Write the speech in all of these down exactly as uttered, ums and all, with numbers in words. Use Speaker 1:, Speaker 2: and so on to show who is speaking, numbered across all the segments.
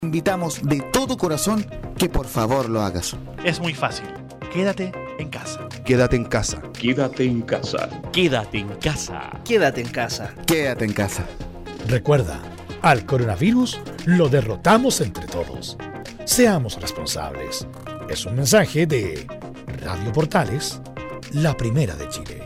Speaker 1: Invitamos de todo corazón que por favor lo hagas.
Speaker 2: Es muy fácil. Quédate en casa.
Speaker 3: Quédate en casa.
Speaker 4: Quédate en casa.
Speaker 2: Quédate en casa.
Speaker 5: Quédate en casa.
Speaker 1: Quédate en casa.
Speaker 6: Recuerda, al coronavirus lo derrotamos entre todos. Seamos responsables. Es un mensaje de Radio Portales, la primera de Chile.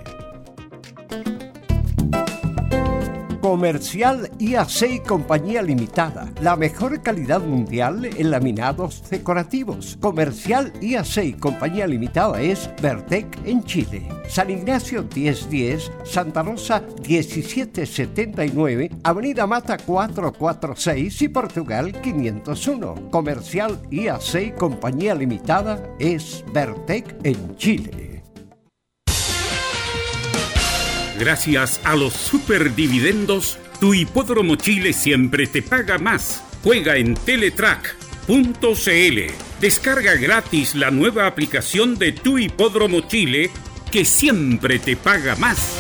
Speaker 7: Comercial I A C y Compañía Limitada. La mejor calidad mundial en laminados decorativos. Comercial I A C y Compañía Limitada es Vertec en Chile. San Ignacio diez diez, Santa Rosa diecisiete setenta y nueve, Avenida Mata cuatrocientos cuarenta y seis y Portugal quinientos uno. Comercial I A C y Compañía Limitada es Vertec en Chile.
Speaker 8: Gracias a los superdividendos, tu Hipódromo Chile siempre te paga más. Juega en teletrack punto c l. Descarga gratis la nueva aplicación de tu Hipódromo Chile, que siempre te paga más.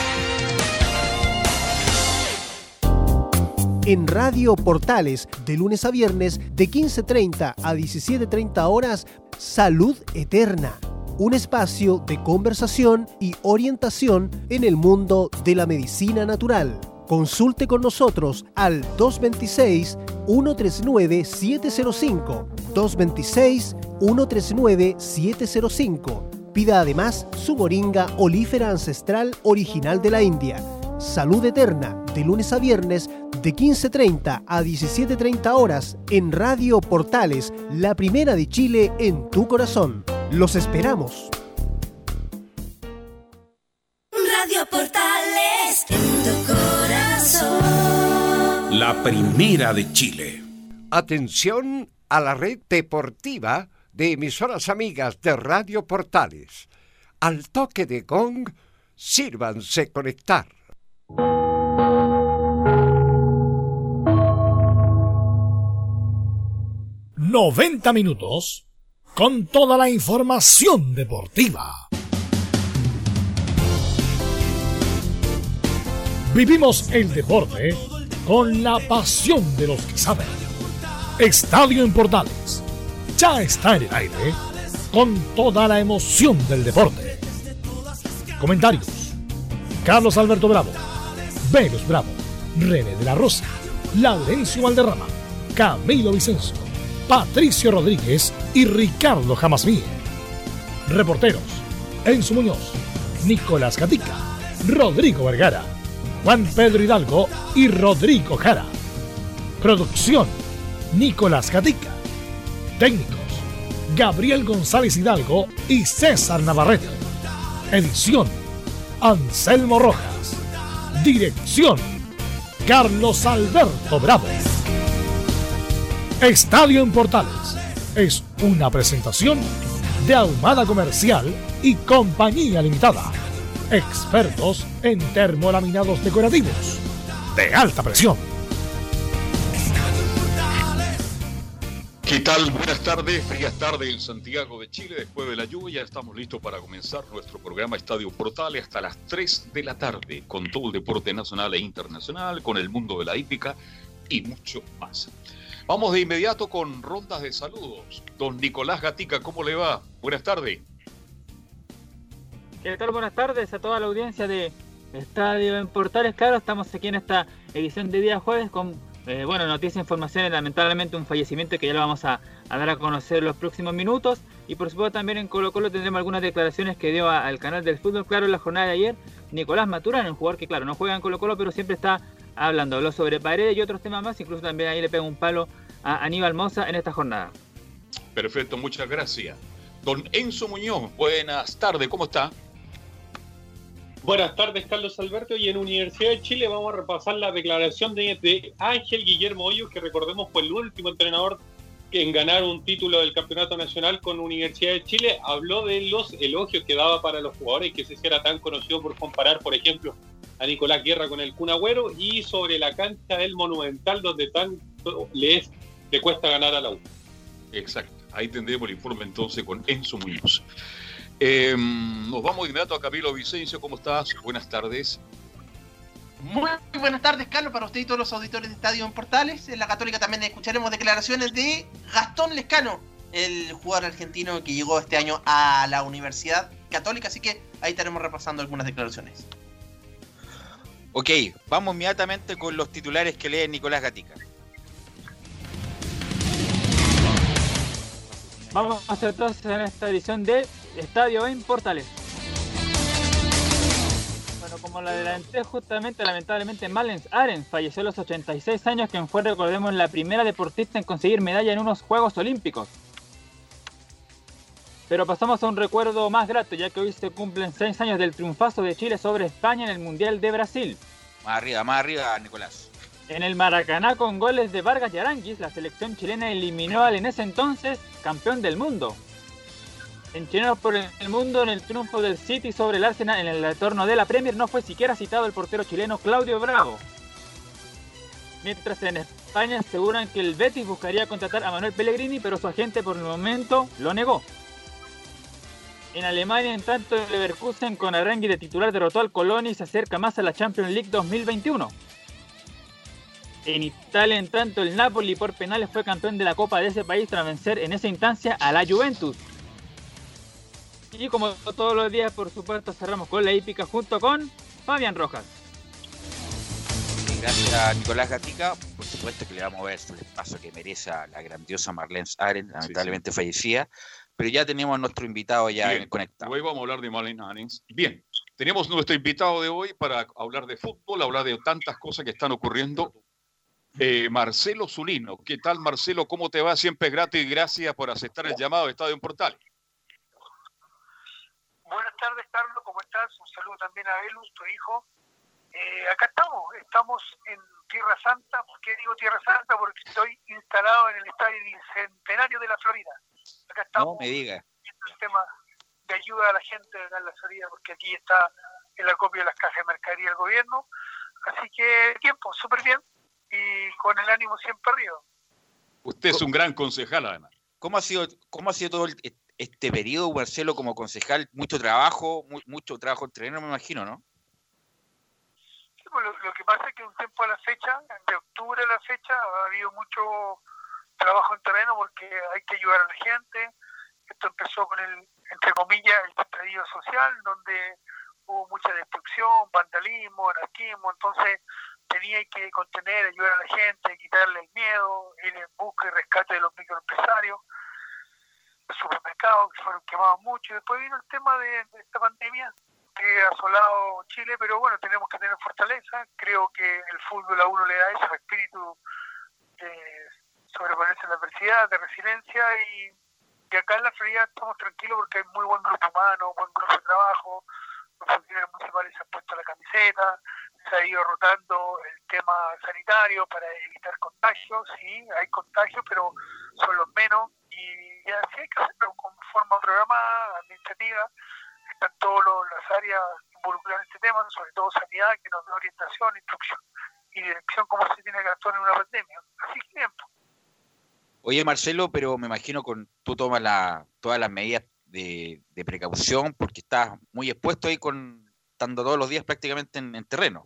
Speaker 9: En Radio Portales, de lunes a viernes, de quince treinta a diecisiete treinta horas, Salud Eterna. Un espacio de conversación y orientación en el mundo de la medicina natural. Consulte con nosotros al dos dos seis, uno tres nueve, siete cero cinco, dos dos seis, uno tres nueve, siete cero cinco. Pida además su moringa olífera ancestral original de la India. Salud Eterna, de lunes a viernes, de quince treinta a diecisiete treinta horas, en Radio Portales, la primera de Chile en tu corazón. ¡Los esperamos!
Speaker 10: Radio Portales, en tu corazón.
Speaker 8: La primera de Chile.
Speaker 7: Atención a la red deportiva de emisoras amigas de Radio Portales. Al toque de gong, sírvanse conectar.
Speaker 6: noventa minutos con toda la información deportiva. Vivimos el deporte con la pasión de los que saben. Estadio en Portales ya está en el aire con toda la emoción del deporte. Comentarios: Carlos Alberto Bravo, Venus Bravo, René de la Rosa, Laurencio Valderrama, Camilo Vicencio, Patricio Rodríguez y Ricardo Jamasmí. Reporteros: Enzo Muñoz, Nicolás Gatica, Rodrigo Vergara, Juan Pedro Hidalgo y Rodrigo Jara. Producción: Nicolás Gatica. Técnicos: Gabriel González Hidalgo y César Navarrete. Edición: Anselmo Rojas. Dirección: Carlos Alberto Bravo. Estadio en Portales es una presentación de Ahumada Comercial y Compañía Limitada. Expertos en termolaminados decorativos de alta presión.
Speaker 4: ¿Qué tal? Buenas tardes, frías tardes en Santiago de Chile. Después de la lluvia estamos listos para comenzar nuestro programa Estadio Portales hasta las tres de la tarde, con todo el deporte nacional e internacional, con el mundo de la hípica y mucho más. Vamos de inmediato con rondas de saludos. Don Nicolás Gatica, ¿cómo le va? Buenas tardes.
Speaker 11: ¿Qué tal? Buenas tardes a toda la audiencia de Estadio en Portales. Claro, estamos aquí en esta edición de día jueves con, eh, bueno, noticias, informaciones, lamentablemente un fallecimiento que ya lo vamos a, a dar a conocer en los próximos minutos. Y por supuesto también en Colo Colo tendremos algunas declaraciones que dio a, al canal del fútbol. Claro, en la jornada de ayer, Nicolás Maturana, un jugador que claro, no juega en Colo Colo, pero siempre está hablando, habló sobre Paredes y otros temas más, incluso también ahí le pega un palo a Aníbal Mosa en esta jornada.
Speaker 4: Perfecto, muchas gracias. Don Enzo Muñoz, buenas tardes, ¿cómo está?
Speaker 12: Buenas tardes, Carlos Alberto, y en Universidad de Chile vamos a repasar la declaración de, de Ángel Guillermo Hoyos, que recordemos fue el último entrenador en ganar un título del Campeonato Nacional con Universidad de Chile. Habló de los elogios que daba para los jugadores, que se hiciera tan conocido por comparar, por ejemplo, a Nicolás Guerra con el Kun Agüero, y sobre la cancha del Monumental, donde tanto le, es, le cuesta ganar a la U.
Speaker 4: Exacto, ahí tendremos el informe entonces con Enzo Muñoz. Eh, nos vamos de inmediato a Camilo Vicencio, ¿cómo estás? Buenas tardes.
Speaker 3: Muy buenas tardes, Carlos, para usted y todos los auditores de Estadio en Portales. En la Católica también escucharemos declaraciones de Gastón Lescano, el jugador argentino que llegó este año a la Universidad Católica, así que ahí estaremos repasando algunas declaraciones.
Speaker 5: Ok, vamos inmediatamente con los titulares que lee Nicolás Gatica.
Speaker 11: Vamos a hacer entonces en esta edición de Estadio en Portales. Bueno, como la adelanté justamente, lamentablemente Malens Arens falleció a los ochenta y seis años, quien fue, recordemos, la primera deportista en conseguir medalla en unos Juegos Olímpicos. Pero pasamos a un recuerdo más grato, ya que hoy se cumplen seis años del triunfazo de Chile sobre España en el Mundial de Brasil.
Speaker 5: Más arriba, más arriba, Nicolás.
Speaker 11: En el Maracaná, con goles de Vargas y Aranguis, la selección chilena eliminó al en ese entonces campeón del mundo. En Chilenos por el Mundo, en el triunfo del City sobre el Arsenal en el retorno de la Premier, no fue siquiera citado el portero chileno Claudio Bravo. Mientras en España aseguran que el Betis buscaría contratar a Manuel Pellegrini, pero su agente por el momento lo negó. En Alemania, en tanto, el Leverkusen con Aranguis de titular derrotó al Colonia y se acerca más a la Champions League dos mil veintiuno. En Italia, en tanto, el Napoli por penales fue campeón de la Copa de ese país tras vencer en esa instancia a la Juventus. Y como todos los días, por supuesto, cerramos con la hípica junto con Fabián Rojas.
Speaker 5: Gracias, Nicolás Gatica. Por supuesto que le vamos a ver el espacio que merece a la grandiosa Marlene Arens, lamentablemente sí, sí. fallecida. Pero ya tenemos a nuestro invitado ya
Speaker 4: Bien,
Speaker 5: conectado.
Speaker 4: Hoy vamos a hablar de Marlene Arens. Bien, tenemos nuestro invitado de hoy para hablar de fútbol, hablar de tantas cosas que están ocurriendo. Eh, Marcelo Zulino. ¿Qué tal, Marcelo? ¿Cómo te va? Siempre es grato y gracias por aceptar el llamado de Estadio en Portal.
Speaker 13: Buenas tardes, Carlos, ¿cómo estás? Un saludo también a Velus, tu hijo. Eh, acá estamos, estamos en Tierra Santa. ¿Por qué digo Tierra Santa? Porque estoy instalado en el Estadio Bicentenario de la Florida. Acá estamos
Speaker 5: no me diga.
Speaker 13: viendo el tema de ayuda a la gente de la Florida, porque aquí está el acopio de las cajas de mercadería del gobierno. Así que tiempo, súper bien y con el ánimo siempre arriba.
Speaker 4: Usted es un gran concejal, además.
Speaker 5: ¿Cómo ha sido, cómo ha sido todo el, este periodo, Marcelo, como concejal? Mucho trabajo, muy, mucho trabajo en terreno, me imagino, ¿no?
Speaker 13: Sí, pues lo, lo que pasa es que un tiempo a la fecha, de octubre a la fecha, ha habido mucho trabajo en terreno porque hay que ayudar a la gente. Esto empezó con el, entre comillas, el estallido social, donde hubo mucha destrucción, vandalismo, anarquismo, entonces tenía que contener, ayudar a la gente, quitarle el miedo, ir en busca y rescate de los microempresarios, los supermercados que fueron quemados mucho. Y después vino el tema de, de esta pandemia que ha asolado Chile, pero bueno, tenemos que tener fortaleza. Creo que el fútbol a uno le da ese espíritu de sobreponerse a la adversidad, de resiliencia, y, y acá en la Florida estamos tranquilos porque hay muy buen grupo humano, buen grupo de trabajo, los funcionarios municipales se han puesto la camiseta, se ha ido rotando el tema sanitario para evitar contagios. Sí, hay contagios, pero son los menos, y, y así hay que hacerlo con forma de programa administrativa. Están todas las áreas involucradas en este tema, sobre todo sanidad, que nos da orientación, instrucción y dirección cómo se tiene que actuar en una pandemia. Así que bien.
Speaker 5: Oye, Marcelo, pero me imagino con tú tomas la, todas las medidas de, de precaución porque estás muy expuesto ahí con estando todos los días prácticamente en, en terreno.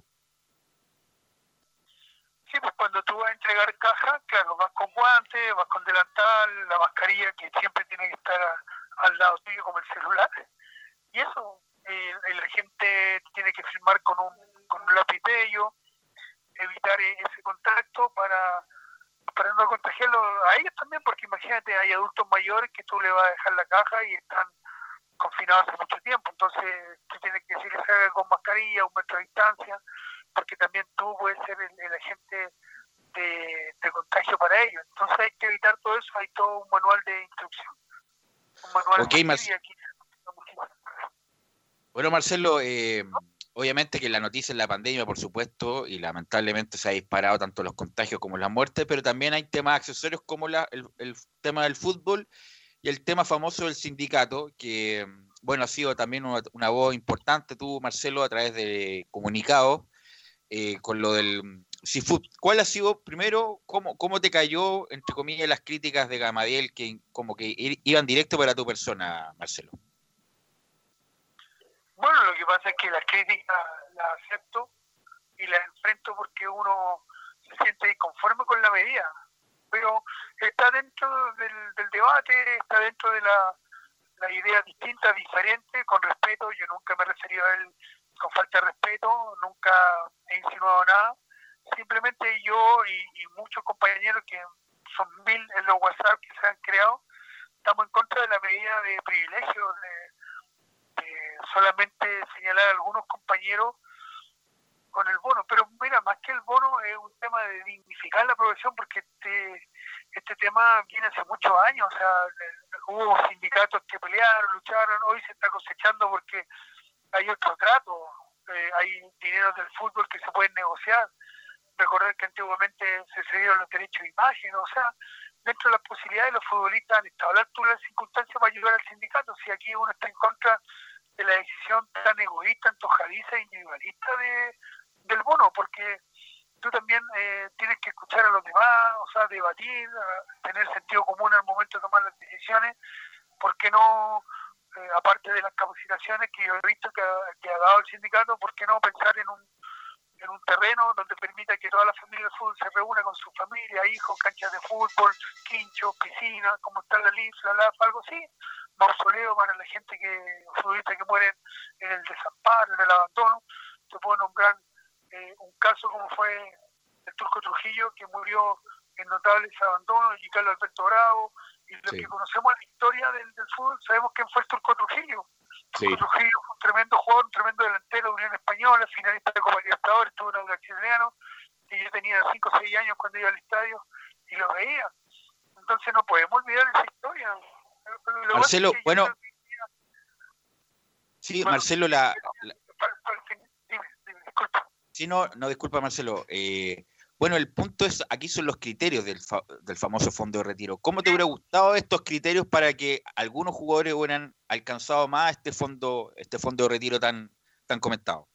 Speaker 13: Sí, pues cuando tú vas a entregar caja, claro, vas con guantes, vas con delantal, la mascarilla que siempre tiene que estar a, al lado tuyo como el celular. Y eso, eh, la gente tiene que firmar con un, con un lápiz de ellos, evitar ese contacto para, para no contagiarlo a ellos también, porque imagínate, hay adultos mayores que tú le vas a dejar la caja y están confinados hace mucho tiempo, entonces tú tienes que decir que se haga con mascarilla, un metro de distancia, porque también tú puedes ser el, el agente de, de contagio para ellos. Entonces hay que evitar todo eso, hay todo un manual de instrucción. Un manual
Speaker 5: okay,
Speaker 13: de
Speaker 5: Mar- aquí. Bueno, Marcelo, eh, obviamente que la noticia es la pandemia, por supuesto, y lamentablemente se ha disparado tanto los contagios como las muertes, pero también hay temas accesorios como la, el, el tema del fútbol y el tema famoso del sindicato, que, bueno, ha sido también una, una voz importante tú, Marcelo, a través de comunicados eh, con lo del Cifut. ¿Cuál ha sido, primero, cómo, cómo te cayó, entre comillas, las críticas de Gamadiel que como que iban directo para tu persona, Marcelo?
Speaker 13: Bueno, lo que pasa es que las críticas las acepto y y las enfrento porque uno se siente inconforme con la medida. Pero está dentro del, del debate, está dentro de la, la idea distinta, diferente, con respeto. Yo nunca me he referido a él con falta de respeto, nunca he insinuado nada. Simplemente yo y, y muchos compañeros, que son mil en los WhatsApp que se han creado, estamos en contra de la medida de privilegio, de, de solamente señalar a algunos compañeros con el bono. Pero mira, más que el bono, es un tema de dignificar la profesión, porque este este tema viene hace muchos años. O sea, hubo sindicatos que pelearon, lucharon, hoy se está cosechando porque hay otro trato, eh, hay dinero del fútbol que se pueden negociar. Recordar que antiguamente se cedieron los derechos de imagen. O sea, dentro de las posibilidades, los futbolistas han estado a la altura de las circunstancias para ayudar al sindicato. Si aquí uno está en contra de la decisión tan egoísta, antojadiza e individualista de del bono, porque tú también eh, tienes que escuchar a los demás, o sea, debatir, tener sentido común al momento de tomar las decisiones. ¿Por qué no, eh, aparte de las capacitaciones que yo he visto que ha, que ha dado el sindicato, por qué no pensar en un en un terreno donde permita que toda la familia de fútbol se reúna con su familia, hijos, canchas de fútbol, quinchos, piscinas, como está la L I F, la L A F, algo así, mausoleo para la gente que, futbolistas que mueren en el desamparo, en el abandono. Te puedo nombrar eh, un caso como fue el Turco Trujillo, que murió en notables abandonos, y Carlos Alberto Bravo, y los sí. que conocemos la historia del, del fútbol, sabemos quién fue el Turco Trujillo. Sí. Turco Trujillo fue un tremendo jugador, un tremendo delantero de Unión Española, finalista de Copa Libertadores, estuvo en el chileno, y yo tenía cinco o seis años cuando iba al estadio y lo veía. Entonces no podemos olvidar esa historia. Lo
Speaker 5: Marcelo,
Speaker 13: que
Speaker 5: bueno,
Speaker 13: yo...
Speaker 5: sí, bueno, Marcelo, la... la...
Speaker 13: Dime, dime, disculpa.
Speaker 5: Sí, no, no, disculpa, Marcelo. Eh, bueno, el punto es, aquí son los criterios del, fa del famoso fondo de retiro. ¿Cómo te hubiera gustado estos criterios para que algunos jugadores hubieran alcanzado más este fondo este fondo de retiro tan tan comentado?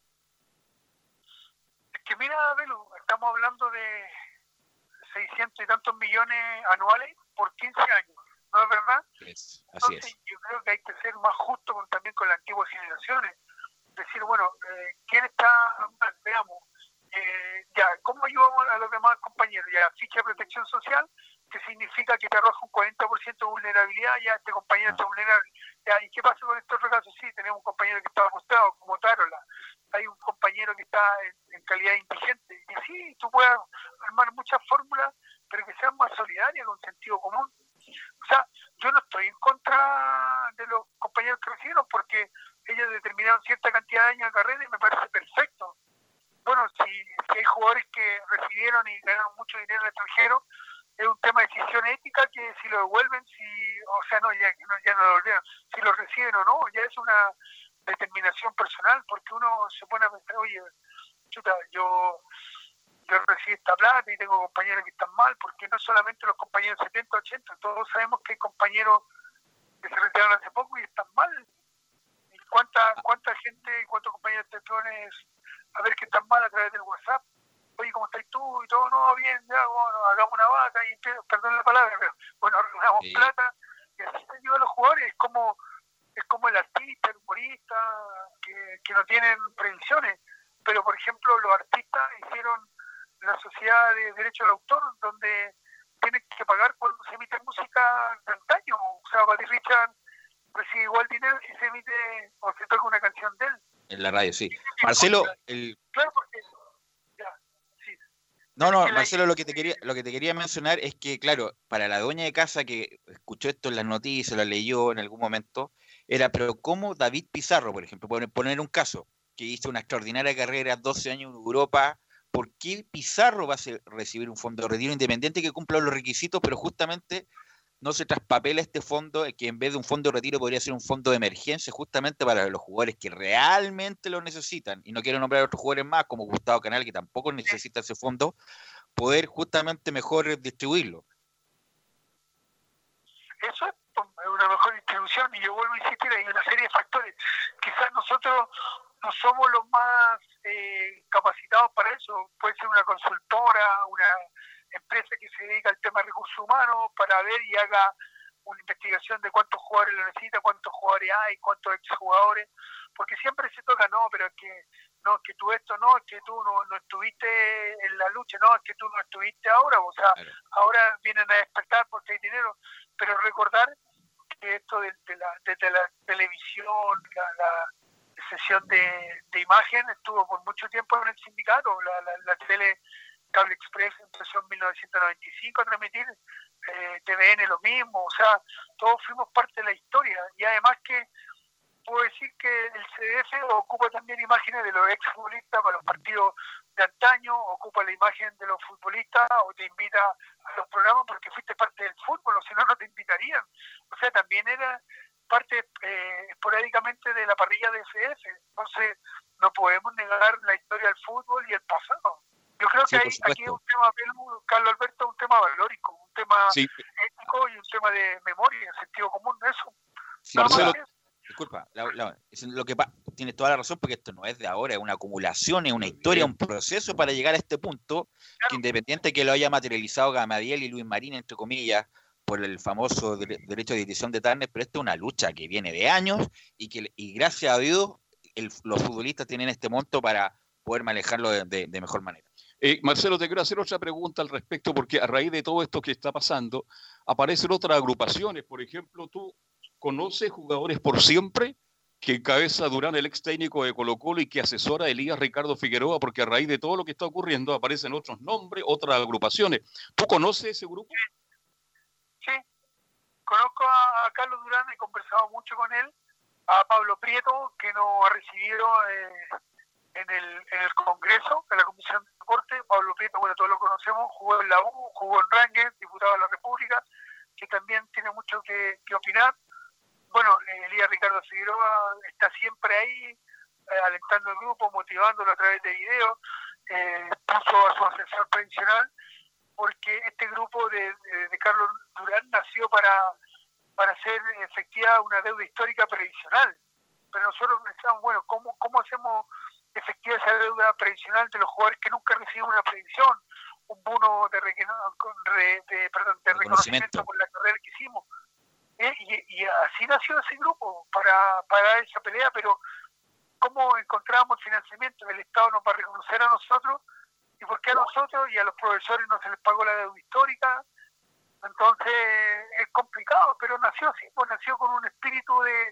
Speaker 13: Es que mira, Belu, estamos hablando de seiscientos y tantos millones anuales por quince años, ¿no es verdad?
Speaker 5: Es, así
Speaker 13: Entonces,
Speaker 5: es.
Speaker 13: Yo creo que hay que ser más justo con, también con las antiguas generaciones. Decir, bueno, eh, ¿quién está mal? Veamos. Eh, ya, ¿cómo ayudamos a los demás compañeros? Ya, ficha de protección social, que significa que te arroja un cuarenta por ciento de vulnerabilidad, ya este compañero está vulnerable. Ya, ¿y qué pasa con estos otros casos? Sí, tenemos un compañero que está acostado, como Tarola. Hay un compañero que está en, en calidad indigente. Y sí, tú puedes armar muchas fórmulas, pero que sean más solidarias, con sentido común. O sea, yo no estoy en contra de los compañeros que recibieron, porque ellos determinaron cierta cantidad de años de carrera y me parece perfecto. Bueno, si, si hay jugadores que recibieron y ganaron mucho dinero en el extranjero, es un tema de decisión ética, que si lo devuelven, si, o sea, no, ya, no, ya no lo devolvieron, si lo reciben o no, ya es una determinación personal, porque uno se pone a pensar, oye, chuta, yo, yo recibí esta plata y tengo compañeros que están mal, porque no solamente los compañeros setenta, ochenta, todos sabemos que hay compañeros que se retiraron hace poco y están mal. ¿Y cuánta, cuánta gente y cuántos compañeros te pones a ver que están mal a través del WhatsApp? Oye, ¿cómo estás tú? Y todo, no, bien, ya, bueno, hagamos una vaca, y perdón la palabra, pero bueno, hagamos sí. plata, y así se ayuda a los jugadores. Es como, es como el artista, el humorista, que, que no tienen previsiones. Pero, por ejemplo, los artistas hicieron la sociedad de derecho al autor, donde tienen que pagar cuando se emite música de antaño. O sea, Buddy Richard recibe igual dinero si se emite o se toca una canción de él.
Speaker 5: En la radio, sí. Marcelo, el...
Speaker 13: Claro, porque...
Speaker 5: No, no, Marcelo, lo que te quería, lo que te quería mencionar es que, claro, para la dueña de casa que escuchó esto en las noticias, lo leyó en algún momento, era, pero ¿cómo David Pizarro, por ejemplo, poner un caso, que hizo una extraordinaria carrera, doce años en Europa, ¿por qué Pizarro va a recibir un fondo de retiro independiente que cumpla los requisitos, pero justamente no se traspapela este fondo, que en vez de un fondo de retiro podría ser un fondo de emergencia, justamente para los jugadores que realmente lo necesitan? Y no quiero nombrar a otros jugadores más, como Gustavo Canal, que tampoco necesita ese fondo, poder justamente mejor distribuirlo.
Speaker 13: Eso es una mejor distribución, y yo vuelvo a insistir, hay una serie de factores. Quizás nosotros no somos los más eh, capacitados para eso. Puede ser una consultora, una empresa que se dedica al tema de recursos humanos, para ver y haga una investigación de cuántos jugadores lo necesita, cuántos jugadores hay, cuántos exjugadores, porque siempre se toca, no, pero es que no, es que tú esto no, es que tú no, no estuviste en la lucha, no, es que tú no estuviste ahora, o sea, claro. Ahora vienen a despertar porque hay dinero, pero recordar que esto de, de, la, de, de la televisión, la, la sesión de, de imagen estuvo por mucho tiempo en el sindicato, la, la, la tele Cable Express empezó en mil novecientos noventa y cinco a transmitir, eh, T V N lo mismo, o sea, todos fuimos parte de la historia, y además que puedo decir que el C D F ocupa también imágenes de los exfutbolistas para los partidos de antaño, ocupa la imagen de los futbolistas o te invita a los programas porque fuiste parte del fútbol, o si no, no te invitarían. O sea, también era parte eh, esporádicamente de la parrilla de C D F. Entonces, no podemos negar la historia del fútbol y el pasado. Yo creo
Speaker 5: sí,
Speaker 13: que hay, aquí es un tema, Carlos Alberto, un tema valórico, un tema
Speaker 5: sí.
Speaker 13: ético y un tema de memoria, sentido común, eso.
Speaker 5: Sí, Marcelo, disculpa, la, la, lo que pa, tienes toda la razón, porque esto no es de ahora, es una acumulación, es una historia, un proceso para llegar a este punto, claro. Que independiente que lo haya materializado Gamadiel y Luis Marín, entre comillas, por el famoso de, derecho de edición de Turner, pero esto es una lucha que viene de años y que y gracias a Dios el, los futbolistas tienen este monto para poder manejarlo de, de, de mejor manera.
Speaker 4: Eh, Marcelo, te quiero hacer otra pregunta al respecto, porque a raíz de todo esto que está pasando, aparecen otras agrupaciones. Por ejemplo, tú conoces Jugadores por Siempre, que encabeza Durán, el ex técnico de Colo-Colo, y que asesora a Elías Ricardo Figueroa, porque a raíz de todo lo que está ocurriendo aparecen otros nombres, otras agrupaciones. ¿Tú conoces ese grupo?
Speaker 13: Sí, conozco a, a Carlos Durán, he conversado mucho con él, a Pablo Prieto, que nos ha recibido eh, en, el, en el Congreso, en la Comisión de Deporte. Pablo Prieto, bueno, todos lo conocemos, jugó en la U, jugó en Rangers, diputado de la República, que también tiene mucho que, que opinar. Bueno, Elías Ricardo Figueroa está siempre ahí, eh, alentando al grupo, motivándolo a través de videos, eh, puso a su asesor previsional, porque este grupo de, de, de Carlos Durán nació para, para hacer efectiva una deuda histórica previsional. Pero nosotros pensamos, bueno, ¿cómo, cómo hacemos efectiva esa deuda previsional de los jugadores que nunca reciben una previsión? Un bono de, re, de, de, perdón, de reconocimiento por la carrera que hicimos. ¿Eh? Y, y así nació ese grupo, para, para esa pelea, pero ¿cómo encontrábamos el financiamiento? El Estado nos va a reconocer a nosotros, ¿y por qué a nosotros y a los profesores no se les pagó la deuda histórica? Entonces es complicado, pero nació así, pues nació con un espíritu de,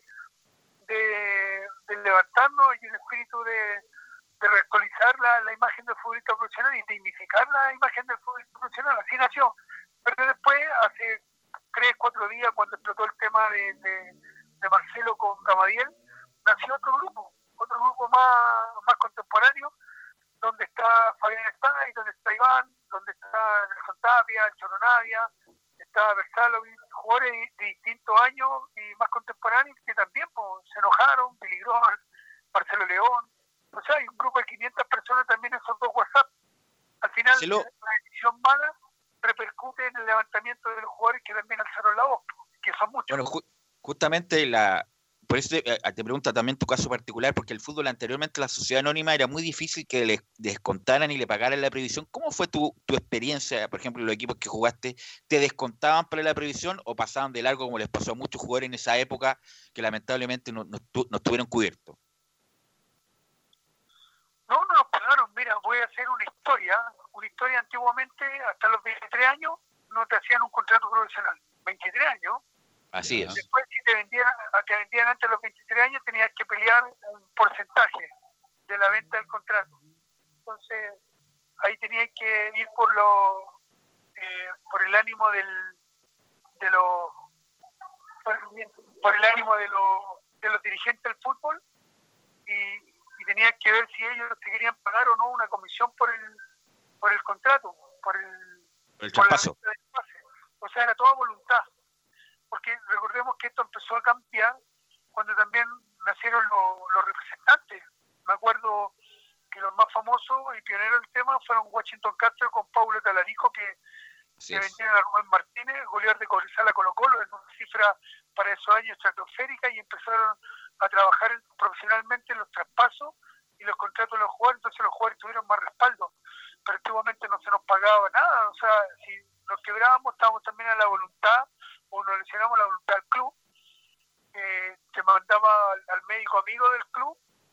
Speaker 13: de, de levantarnos y un espíritu de, de reactualizar la, la imagen del futbolista profesional y dignificar la imagen del futbolista profesional, así nació. Pero después, hace tres, cuatro días, cuando explotó el tema de, de, de Marcelo con Gamadiel, nació otro grupo, otro grupo más, más contemporáneo, donde está Fabián Espay, donde está Iván, donde está Nelson Tapia, Choro Navia, está Versalovic, jugadores de, de distintos años y más contemporáneos que también pues, se enojaron, Billy Gross, Marcelo León, o sea, hay un grupo de quinientas personas también en esos dos WhatsApp. Al final, Marcelo, la decisión mala repercute en el levantamiento de los jugadores que también alzaron la voz, que son muchos.
Speaker 5: Bueno, ju- justamente la por eso te, te pregunto también tu caso particular, porque el fútbol anteriormente, la sociedad anónima, era muy difícil que le descontaran y le pagaran la previsión. ¿Cómo fue tu, tu experiencia, por ejemplo, los equipos que jugaste? ¿Te descontaban para la previsión o pasaban de largo, como les pasó a muchos jugadores en esa época, que lamentablemente no, no, no estuvieron cubiertos?
Speaker 13: No, no nos pagaron. Mira, voy a hacer una historia. Una historia antiguamente, hasta los veintitrés años, no te hacían un contrato profesional. veintitrés años.
Speaker 5: Así es.
Speaker 13: Después, si te vendían, te vendían antes de los veintitrés años, tenías que pelear un porcentaje de la venta del contrato. Entonces, ahí tenías que ir por lo, eh, por el ánimo del, de los, por, por el ánimo de los, de los dirigentes del fútbol y, y tenías que ver si ellos te querían pagar o no una comisión por el, por el contrato, por el,
Speaker 5: el traspaso.
Speaker 13: Por la venta del pase. O sea, era toda voluntad. Porque recordemos que esto empezó a cambiar cuando también nacieron los, los representantes. Me acuerdo que los más famosos y pioneros del tema fueron Washington Castro con Paulo Talarico, que, que vendían a Rubén Martínez, goleador de Cobresal a Colo-Colo, en una cifra para esos años estratosférica, y empezaron a trabajar profesionalmente en los traspasos y los contratos de los jugadores. Entonces los jugadores tuvieron más respaldo, pero antiguamente no se nos pagaba nada. O sea, si nos quebrábamos, estábamos también a la voluntad, o nos lesionamos la voluntad del club, eh, te mandaba al, al médico amigo del club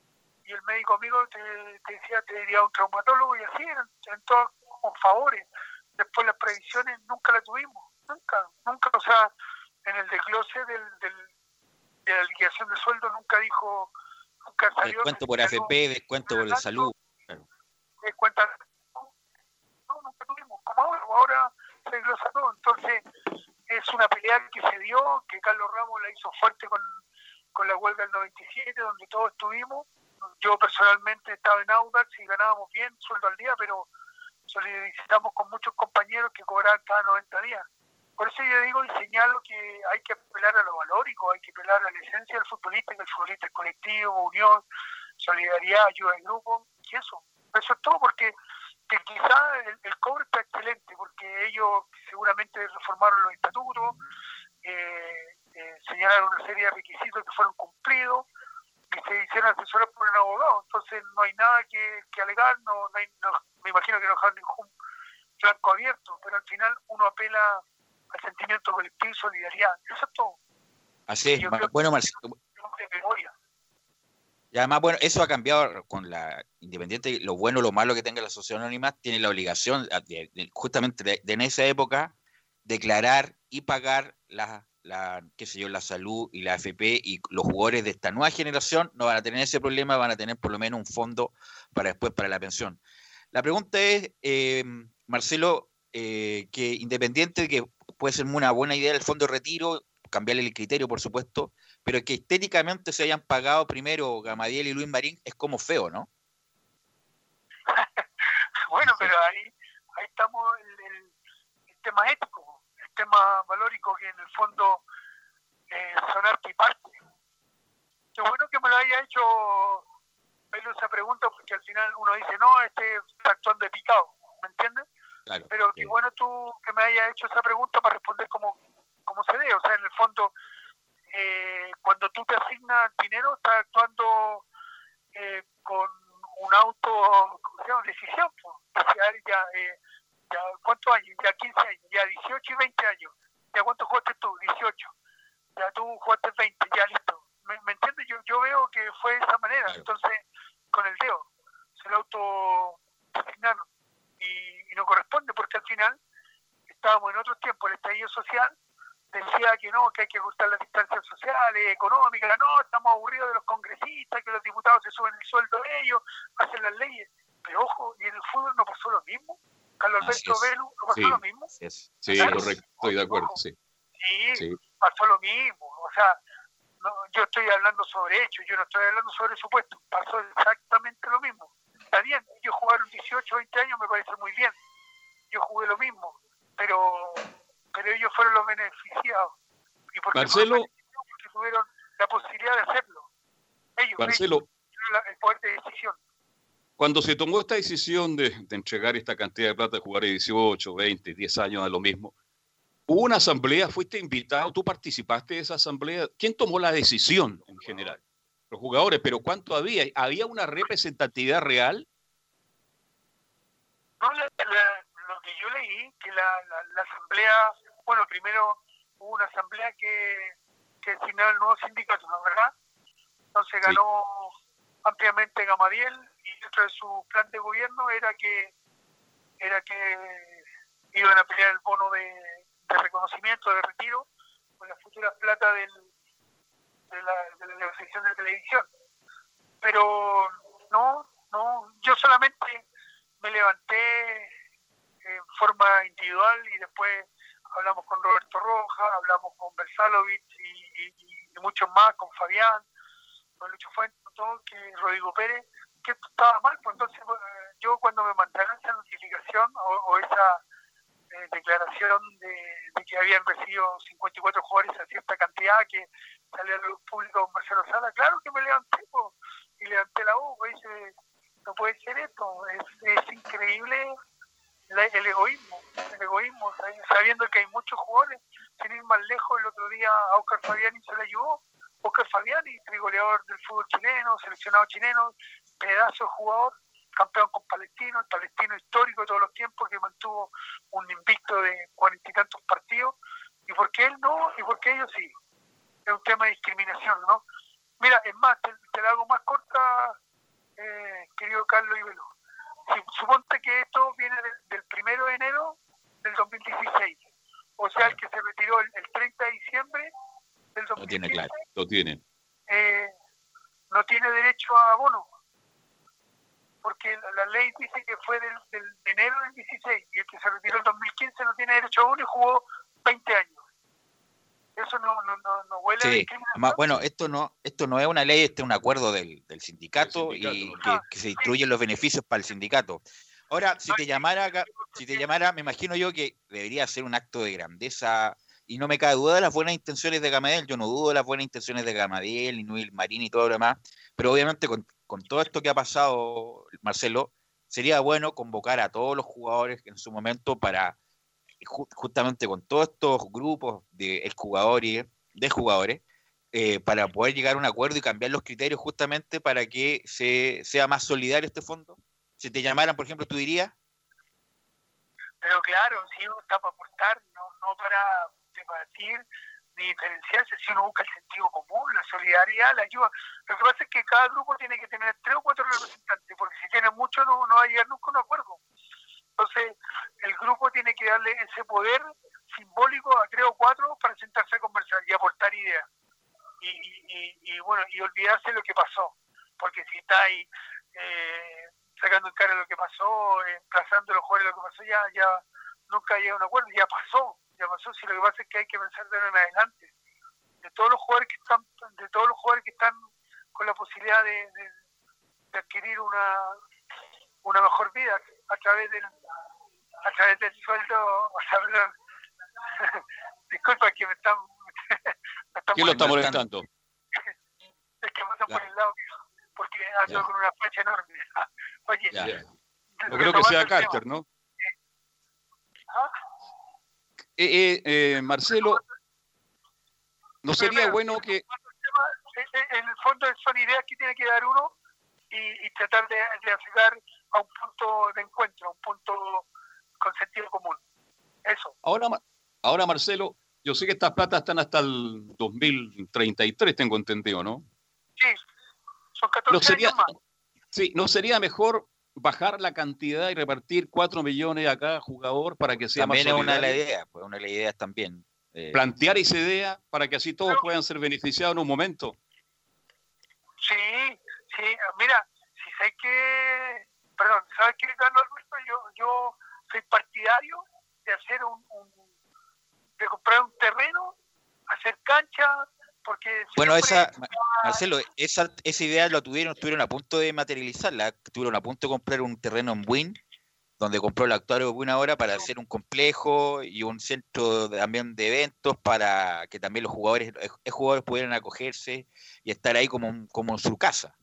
Speaker 13: y el médico amigo te, te decía, te diría un traumatólogo, y así eran, en todos con favores. Después las previsiones nunca las tuvimos, nunca, nunca, o sea, en el desglose del, del, de la liquidación de sueldo nunca dijo, nunca salió.
Speaker 5: Descuento por A F P, descuento por la salud.
Speaker 13: Claro. Descuenta, no, nunca tuvimos, como ahora, ahora se desglosa todo. Entonces, es una pelea que se dio, que Carlos Ramos la hizo fuerte con, con la huelga del noventa y siete, donde todos estuvimos. Yo personalmente estaba en Audax y ganábamos bien, sueldo al día, pero solicitamos con muchos compañeros que cobraban cada noventa días. Por eso yo digo y señalo que hay que apelar a lo valórico, hay que apelar a la esencia del futbolista, que el futbolista es colectivo, unión, solidaridad, ayuda en grupo, y eso. Eso es todo, porque que quizá el, el cobro está excelente, porque ellos seguramente reformaron los estatutos, eh, eh, señalaron una serie de requisitos que fueron cumplidos, que se hicieron asesorar por un abogado. Entonces no hay nada que, que alegar, no, no hay, no, me imagino que no dejaron ningún flanco abierto, pero al final uno apela al sentimiento colectivo y solidaridad. Eso es todo.
Speaker 5: Así es. Bueno, Marcelo. Y además, bueno, eso ha cambiado con la Independiente. Lo bueno o lo malo que tenga la sociedad anónima, tiene la obligación, de, de, justamente de, de en esa época, declarar y pagar la, la, qué sé yo, la salud y la A F P, y los jugadores de esta nueva generación no van a tener ese problema, van a tener por lo menos un fondo para después para la pensión. La pregunta es, eh, Marcelo, eh, que Independiente, que puede ser una buena idea el fondo de retiro, cambiarle el criterio, por supuesto, pero que estéticamente se hayan pagado primero Gamadiel y Luis Marín es como feo, ¿no?
Speaker 13: Bueno, pero ahí ahí estamos en el, el tema ético, el tema valórico, que en el fondo eh, son arte y parte. Qué bueno que me lo haya hecho Pelo esa pregunta, porque al final uno dice, no, este está actuando de picado, ¿me entiendes?
Speaker 5: Claro,
Speaker 13: pero qué
Speaker 5: sí.
Speaker 13: bueno tú que me hayas hecho esa pregunta para responder como, como se debe. O sea, en el fondo, eh, cuando tú te asignas dinero, estás actuando eh, con un auto, ¿cómo se llama? Decisión. Pues. Ya, eh, ya, ¿cuántos años? Ya quince años, ya dieciocho y veinte años. ¿Ya cuánto jugaste tú? dieciocho. Ya tú jugaste veinte, ya listo. ¿Me, me entiendes? Yo, yo veo que fue de esa manera.
Speaker 5: Claro.
Speaker 13: Entonces, con el dedo, se lo auto asignaron. Y, y no corresponde, porque al final estábamos en otros tiempos. El estallido social decía que no, que hay que ajustar las distancias sociales, económicas, no, estamos aburridos de los congresistas, que los diputados se suben el sueldo de ellos, hacen las leyes. Pero ojo, y en el fútbol no pasó lo mismo. Carlos Alberto Velu, ¿no pasó
Speaker 4: sí,
Speaker 13: lo mismo?
Speaker 4: Es. Sí,
Speaker 13: ¿Claro?
Speaker 4: correcto, estoy de acuerdo, sí.
Speaker 13: Sí,
Speaker 4: Sí.
Speaker 13: pasó lo mismo. O sea, no, yo estoy hablando sobre hechos, yo no estoy hablando sobre supuestos. Pasó exactamente lo mismo. Está bien, ellos jugaron dieciocho, veinte años, me parece muy bien. Yo jugué lo mismo, pero pero ellos fueron los beneficiados. ¿Y por qué
Speaker 4: Marcelo,
Speaker 13: fueron beneficiados? Porque tuvieron la posibilidad de hacerlo. Ellos,
Speaker 4: Marcelo,
Speaker 13: ellos tuvieron la- el poder de decisión.
Speaker 4: cuando se tomó esta decisión de, de entregar esta cantidad de plata, de jugar a dieciocho, veinte, diez años a lo mismo, hubo una asamblea, fuiste invitado, tú participaste de esa asamblea. ¿Quién tomó la decisión en general? Los jugadores, pero ¿cuánto había? ¿Había una representatividad real?
Speaker 13: No, la, la, lo que yo leí, que la, la, la asamblea, bueno, primero hubo una asamblea que, que designaba el nuevo sindicato, ¿no? ¿Verdad? Entonces ganó sí. ampliamente Gamadiel, y dentro de su plan de gobierno era que era que iban a pelear el bono de, de reconocimiento, de retiro, con las futuras plata del, de, la, de la negociación de televisión. Pero no, no, yo solamente me levanté en forma individual y después hablamos con Roberto Rojas, hablamos con Bersalovich y, y, y muchos más, con Fabián, con Lucho Fuentes, todo, que Rodrigo Pérez, que esto estaba mal. Pues entonces eh, yo cuando me mandaron esa notificación o, o esa eh, declaración de, de que habían recibido cincuenta y cuatro jugadores a cierta cantidad, que salía a la luz pública con Marcelo Sala, claro que me levanté, pues, y levanté la voz, pues, dice, no puede ser esto, es, es increíble la, el egoísmo, el egoísmo, sabiendo que hay muchos jugadores. Sin ir más lejos, el otro día a Oscar Fabiani se le ayudó, Oscar Fabiani, trigoleador del fútbol chileno, seleccionado chileno, pedazo de jugador, campeón con Palestino, el palestino histórico de todos los tiempos, que mantuvo un invicto de cuarenta y tantos partidos. ¿Y por qué él no? ¿Y por qué ellos sí? Es un tema de discriminación, ¿no? Mira, es más, te, te la hago más corta, eh, querido Carlos Ibelo. Si, suponte que esto viene de, del primero de enero del dos mil dieciséis, o sea, el que se retiró el, el treinta de diciembre del dos mil quince,
Speaker 4: Lo tiene claro, lo tiene.
Speaker 13: Eh, no tiene derecho a abono, porque la, la ley dice que fue del, del de enero del dieciséis, y el que se retiró el dos mil quince no tiene derecho a abono y jugó veinte años. Eso no, no, no, no huele
Speaker 5: sí.
Speaker 13: a discriminación.
Speaker 5: Además, bueno, esto no, esto no es una ley, este es un acuerdo del, del sindicato,
Speaker 4: El sindicato,
Speaker 5: y
Speaker 4: ¿no?
Speaker 5: que, que se distribuyen los beneficios para el sindicato. Ahora, si te llamara, acá- si te llamara, me imagino yo que debería ser un acto de grandeza, y no me cabe duda de las buenas intenciones de Gamadiel. Yo no dudo de las buenas intenciones de Gamadiel, y Nuil Marín y todo lo demás, pero obviamente con, con todo esto que ha pasado, Marcelo, sería bueno convocar a todos los jugadores en su momento para, ju- justamente con todos estos grupos de exjugadores, de jugadores, eh, para poder llegar a un acuerdo y cambiar los criterios justamente para que se, sea más solidario este fondo. Si te llamaran, por ejemplo, tú dirías,
Speaker 13: Pero claro, si uno está para aportar, no, no para debatir ni diferenciarse, si uno busca el sentido común, la solidaridad, la ayuda. Lo que pasa es que cada grupo tiene que tener tres o cuatro representantes, porque si tiene mucho no, no va a llegar nunca a un acuerdo. Entonces, el grupo tiene que darle ese poder simbólico a tres o cuatro para sentarse a conversar y aportar ideas. Y, y, y, y bueno, y olvidarse de lo que pasó. Porque si está ahí eh, sacando en cara lo que pasó, emplazando a los jugadores lo que pasó, ya, ya nunca llega a un acuerdo, ya pasó, ya pasó. Si lo que pasa es que hay que pensar de ahora en adelante. De todos los jugadores que están, de todos los jugadores que están con la posibilidad de, de, de adquirir una, una mejor vida a través del a través del sueldo, o sea, perdón, disculpa que me están, me están
Speaker 4: ¿Quién lo está molestando?
Speaker 13: Es que pasan por el lado mío, porque ando
Speaker 4: Ya.
Speaker 13: con una facha enorme. Oye,
Speaker 4: Ya.
Speaker 13: de-
Speaker 4: No creo que
Speaker 13: retomando
Speaker 4: sea
Speaker 13: el tema.
Speaker 4: Carter, ¿no?
Speaker 13: ¿Ah?
Speaker 4: Eh, eh, eh, Marcelo, ¿no sería bueno que...
Speaker 13: En- en- En el fondo son ideas que tiene que dar uno y, y tratar de, de llegar a un punto de encuentro, a un punto con sentido común. Eso.
Speaker 4: Ahora, Ma- ahora, Marcelo, yo sé que estas platas están hasta el dos mil treinta y tres, tengo entendido, ¿no?
Speaker 13: Sí, son catorce
Speaker 4: ¿No sería,
Speaker 13: años más.
Speaker 4: sí, ¿no sería mejor bajar la cantidad y repartir cuatro millones a cada jugador para que sea
Speaker 5: también
Speaker 4: más
Speaker 5: es una de las
Speaker 4: solidario?
Speaker 5: ideas, pues una de las ideas también. eh,
Speaker 4: Plantear esa idea para que así todos puedan ser beneficiados en un momento.
Speaker 13: Sí, sí, mira, si sé que, perdón, ¿sabes qué, Carlos Alberto? Yo, yo soy partidario de hacer un, un de comprar un terreno, hacer cancha, porque
Speaker 5: Bueno,
Speaker 13: siempre-
Speaker 5: esa, Ma- Marcelo, esa, esa idea lo tuvieron, estuvieron a punto de materializarla, estuvieron a punto de comprar un terreno en Buin, donde compró el actuario de Buin ahora para hacer un complejo y un centro de- también de eventos para que también los jugadores, los jugadores pudieran acogerse y estar ahí como, un- como en su casa.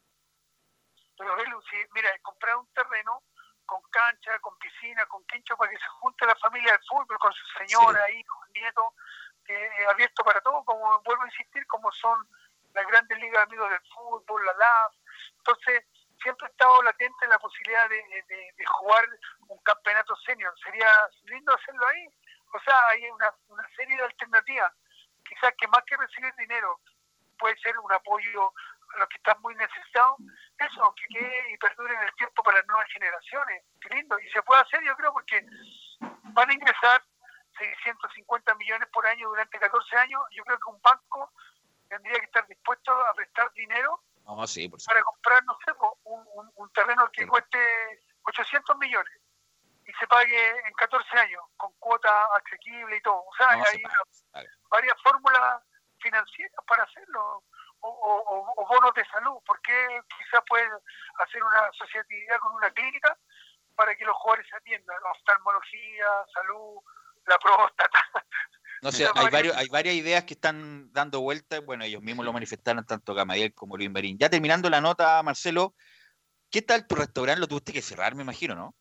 Speaker 13: Pero Belu, si, mira, comprar un terreno con cancha, con piscina, con quincho, para que se junte la familia del fútbol, con su señora, hijos, nietos, eh, abierto para todos, como vuelvo a insistir, como son las grandes ligas de amigos del fútbol, la L A F. Entonces, siempre ha estado latente la posibilidad de, de, de jugar un campeonato senior. Sería lindo hacerlo ahí. O sea, hay una, una serie de alternativas. Quizás que más que recibir dinero, puede ser un apoyo a los que están muy necesitados. Eso, que quede y perdure en el tiempo para las nuevas generaciones. Qué lindo. Y se puede hacer, yo creo, porque van a ingresar seiscientos cincuenta millones por año durante catorce años. Yo creo que un banco tendría que estar dispuesto a prestar dinero
Speaker 5: No, sí, por
Speaker 13: para
Speaker 5: supuesto.
Speaker 13: comprar, no sé, po, un, un, un terreno que cueste ochocientos millones y se pague en catorce años con cuota asequible y todo. O sea,
Speaker 5: No, se
Speaker 13: hay
Speaker 5: paga,
Speaker 13: una-
Speaker 5: se paga.
Speaker 13: varias fórmulas financieras para hacerlo, o, o- o- o bonos de salud. ¿Por qué quizás pueden hacer una asociatividad con una clínica para que los jugadores se atiendan? Oftalmología, salud, la próstata.
Speaker 5: No sé, hay, varios, hay varias ideas que están dando vueltas. Bueno, ellos mismos lo manifestaron, tanto Gamadiel como Luis Marín. Ya terminando la nota, Marcelo, ¿qué tal tu restaurante? Lo tuviste que cerrar, me imagino, ¿no?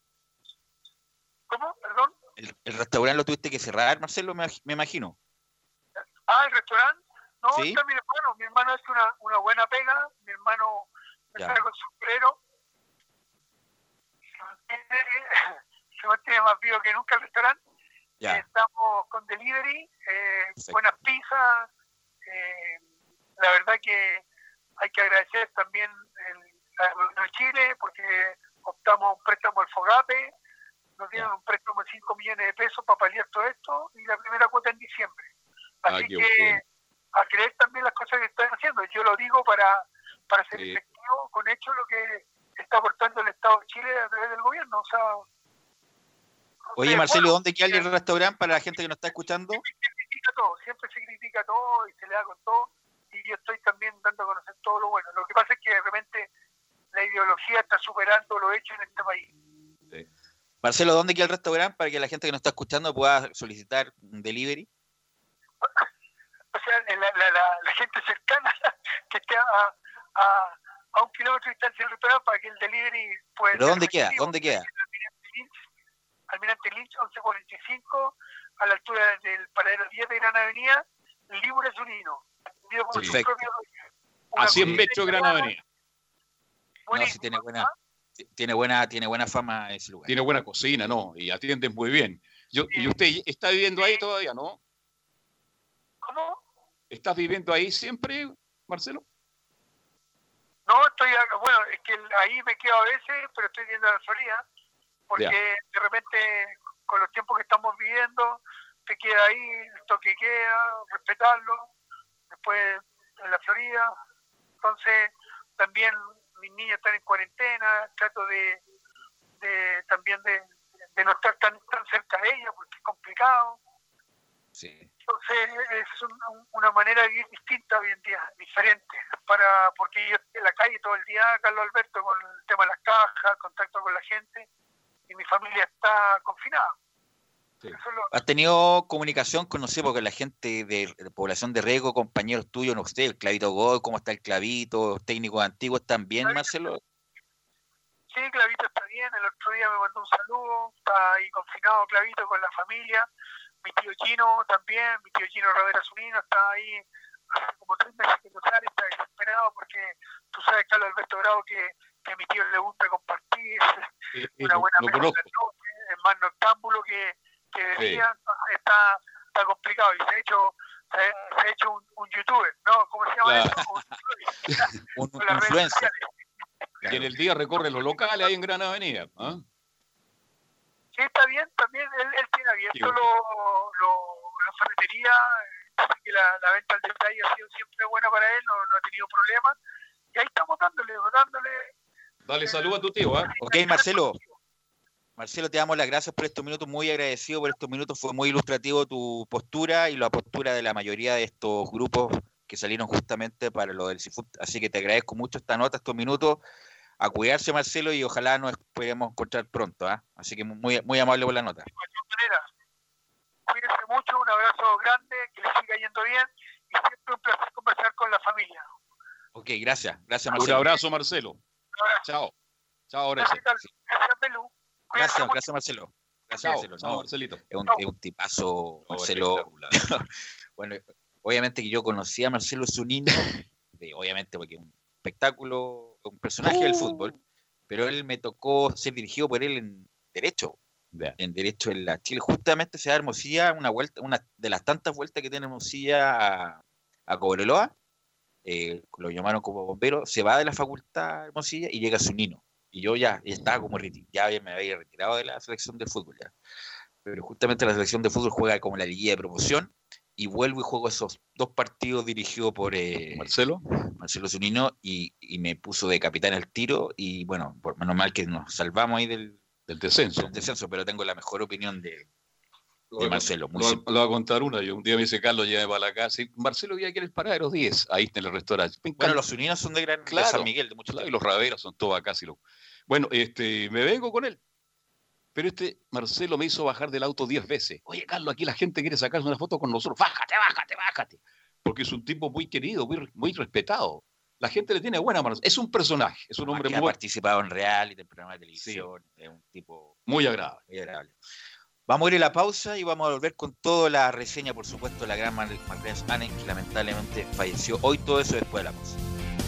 Speaker 13: ¿Cómo? Perdón.
Speaker 5: El, el restaurante lo tuviste que cerrar, Marcelo, me, me imagino.
Speaker 13: Ah, el restaurante. No,
Speaker 5: ¿Sí?
Speaker 13: está mi hermano. Mi hermano hace una, una buena pega. Mi hermano me
Speaker 5: Ya.
Speaker 13: sale con sombrero. Se mantiene, se mantiene más vivo que nunca el restaurante.
Speaker 5: Ya.
Speaker 13: Estamos con delivery, eh,
Speaker 5: Perfecto.
Speaker 13: buenas pizzas. Eh, la verdad que hay que agradecer también el, al gobierno de Chile, porque optamos un préstamo al FOGAPE, nos dieron un préstamo de cinco millones de pesos para paliar todo esto, y la primera cuota en diciembre. Así ah, que okay. a creer también las cosas que están haciendo. Yo lo digo para, para ser sí. efectivo con hecho lo que está aportando el Estado de Chile a través del gobierno. O sea,
Speaker 5: Oye, Marcelo, bueno, ¿dónde queda el restaurante para la gente que nos está escuchando?
Speaker 13: Siempre se critica todo, siempre se critica todo y se le da con todo, y yo estoy también dando a conocer todo lo bueno. Lo que pasa es que de repente la ideología está superando lo hecho en este país.
Speaker 5: Sí. Marcelo, ¿dónde queda el restaurante para que la gente que nos está escuchando pueda solicitar un delivery?
Speaker 13: O sea, la, la, la, la gente cercana que esté a, a, a un kilómetro de distancia del restaurante para que el delivery pueda...
Speaker 5: ¿Pero dónde queda? ¿Dónde queda?
Speaker 13: Almirante Lynch, once cuarenta y cinco, a la altura del paradero diez de Gran Avenida, Libre Zunino.
Speaker 5: Perfecto.
Speaker 4: A cien metros de Gran Avenida.
Speaker 5: No, sí tiene buena, tiene buena, tiene buena fama ese lugar.
Speaker 4: Tiene buena cocina, ¿no? Y atienden muy bien. Yo, sí. ¿Y usted está viviendo ahí todavía, no?
Speaker 13: ¿Cómo?
Speaker 4: ¿Estás viviendo ahí siempre, Marcelo?
Speaker 13: No, estoy acá, bueno, es que ahí me quedo a veces, pero estoy viendo a la Florida. Porque yeah. de repente, con los tiempos que estamos viviendo, te queda ahí, el toque queda, respetarlo. Después en la Florida. Entonces, también mis niñas están en cuarentena, trato de, de también de, de no estar tan, tan cerca de ellas, porque es complicado.
Speaker 5: Sí.
Speaker 13: Entonces, es un, una manera de vivir distinta hoy en día, diferente. para Porque yo estoy en la calle todo el día, Carlos Alberto, con el tema de las cajas, contacto con la gente. Y mi familia está confinada.
Speaker 5: Sí. Lo... ¿Has tenido comunicación con, no sé, porque la gente de, de población de riesgo, compañeros tuyos, no sé, el Clavito Goy, cómo está el Clavito, los técnicos antiguos, ¿están bien, Clavito, Marcelo?
Speaker 13: Sí, Clavito está bien, el otro día me mandó un saludo, está ahí confinado Clavito con la familia, mi tío Chino también, mi tío Chino Rodera Zunino está ahí hace como tres meses que no sale, está desesperado porque tú sabes, Carlos Alberto Bravo, que, que a mi tío le gusta compartir,
Speaker 4: sí,
Speaker 13: una buena
Speaker 4: lo conozco.
Speaker 13: Es más noctámbulo que, que decía, sí. está, está complicado y se ha hecho, se, se ha hecho un, un youtuber, ¿no? ¿Cómo se llama
Speaker 4: claro.
Speaker 13: eso?
Speaker 5: Un, un influencer.
Speaker 4: Y en el día recorre los locales ahí en Gran Avenida. ¿eh?
Speaker 13: Sí, está bien, también él, él tiene abierto lo, lo, la ferretería, así que la, la venta al detalle ha sido siempre buena para él, no, no ha tenido problemas, y ahí estamos dándole, dándole.
Speaker 4: Dale salud a tu tío, ¿eh?
Speaker 5: Ok, Marcelo. Marcelo, te damos las gracias por estos minutos, muy agradecido por estos minutos, fue muy ilustrativo tu postura y la postura de la mayoría de estos grupos que salieron justamente para lo del Cifut, así que te agradezco mucho esta nota, estos minutos, a cuidarse, Marcelo, y ojalá nos podamos encontrar pronto, ¿eh? Así que muy, muy amable por la nota.
Speaker 13: De cualquier manera, cuídense mucho, un abrazo grande, que les siga yendo bien, y siempre un placer conversar con la familia.
Speaker 5: Ok, gracias, gracias, Marcelo.
Speaker 4: Un abrazo, Marcelo. Un abrazo. Chao. Chao, ahora sí.
Speaker 13: Gracias, gracias, Belú.
Speaker 5: Gracias, gracias, Marcelo. Gracias,
Speaker 4: Chao,
Speaker 5: Marcelo.
Speaker 4: chao,
Speaker 5: no,
Speaker 4: Marcelito.
Speaker 5: Es un, es un tipazo, Marcelo. Bueno, obviamente que yo conocí a Marcelo Zunino, de, obviamente porque es un espectáculo, un personaje uh. del fútbol, pero él me tocó ser dirigido por él en Derecho. Yeah. En Derecho en la Chile. Justamente se da Hermosilla, una vuelta, una de las tantas vueltas que tiene Hermosilla a, a Cobreloa. Eh, lo llamaron como bombero, se va de la facultad Hermosilla y llega Zunino. Y yo ya, ya estaba como retirado, ya me había retirado de la selección de fútbol ya. Pero justamente la selección de fútbol juega como la liguilla de promoción y vuelvo y juego esos dos partidos dirigidos por eh,
Speaker 4: Marcelo
Speaker 5: Marcelo Zunino y, y me puso de capitán al tiro y bueno, por menos mal que nos salvamos ahí del,
Speaker 4: del descenso.
Speaker 5: Del descenso, pero tengo la mejor opinión de, de Marcelo. Muy
Speaker 4: lo, lo voy a contar una. Yo un día me dice, Carlos, llévame para la casa. Y Marcelo, ¿ya quieres parar de los diez? Ahí está en el restaurante.
Speaker 5: Bueno, los Zuninos son de Gran
Speaker 4: claro,
Speaker 5: de San Miguel, de muchos
Speaker 4: claro, y los Raveras son todos acá. Si lo... Bueno, este, me vengo con él. Pero este Marcelo me hizo bajar del auto diez veces. Oye, Carlos, aquí la gente quiere sacarse una foto con nosotros. Bájate, bájate, bájate. Porque es un tipo muy querido, muy, muy respetado. La gente le tiene buena mano. Es un personaje, es un hombre
Speaker 5: que
Speaker 4: muy...
Speaker 5: ha participado en reality, en programas de televisión. Sí. Es un tipo...
Speaker 4: Muy agradable.
Speaker 5: Muy agradable. Vamos a ir a la pausa y vamos a volver con toda la reseña, por supuesto, de la gran Marlene Spanen, que lamentablemente falleció hoy. Todo eso después de la pausa.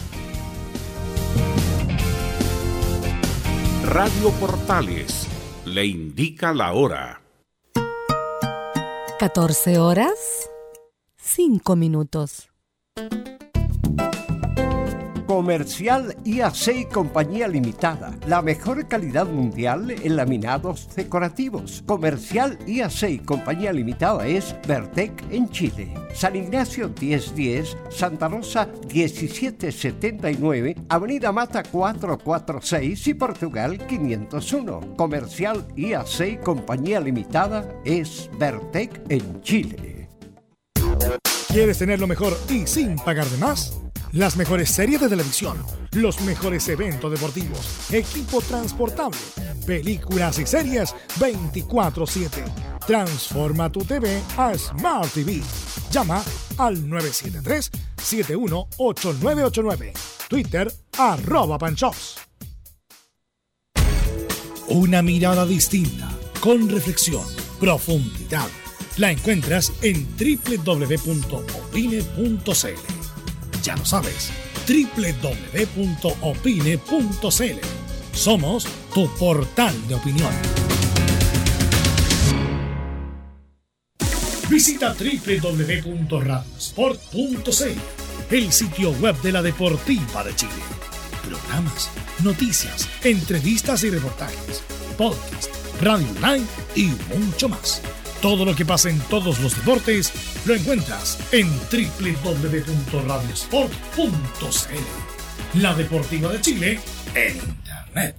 Speaker 8: Radio Portales le indica la hora.
Speaker 14: catorce horas, cinco minutos.
Speaker 7: Comercial I A C y Compañía Limitada. La mejor calidad mundial en laminados decorativos. Comercial I A C y Compañía Limitada es Vertec en Chile. San Ignacio diez diez, Santa Rosa diecisiete setenta y nueve, Avenida Mata cuatrocientos cuarenta y seis y Portugal quinientos uno. Comercial I A C y Compañía Limitada es Vertec en Chile.
Speaker 6: ¿Quieres tener lo mejor y sin pagar de más? Las mejores series de televisión, los mejores eventos deportivos, equipo transportable, películas y series veinticuatro siete. Transforma tu T V a Smart T V. Llama al nueve siete tres, siete uno ocho nueve ocho nueve. Twitter, arroba Panchops. Una mirada distinta, con reflexión, profundidad. La encuentras en doble u doble u doble u punto opine punto c l. Ya lo sabes, doble u doble u doble u punto opine punto c l. Somos tu portal de opinión. Visita doble u doble u doble u punto radiosport punto c l, el sitio web de la Deportiva de Chile. Programas, noticias, entrevistas y reportajes, podcast, radio online y mucho más. Todo lo que pasa en todos los deportes lo encuentras en doble u doble u doble u punto radiosport punto c l. La Deportiva de Chile en Internet.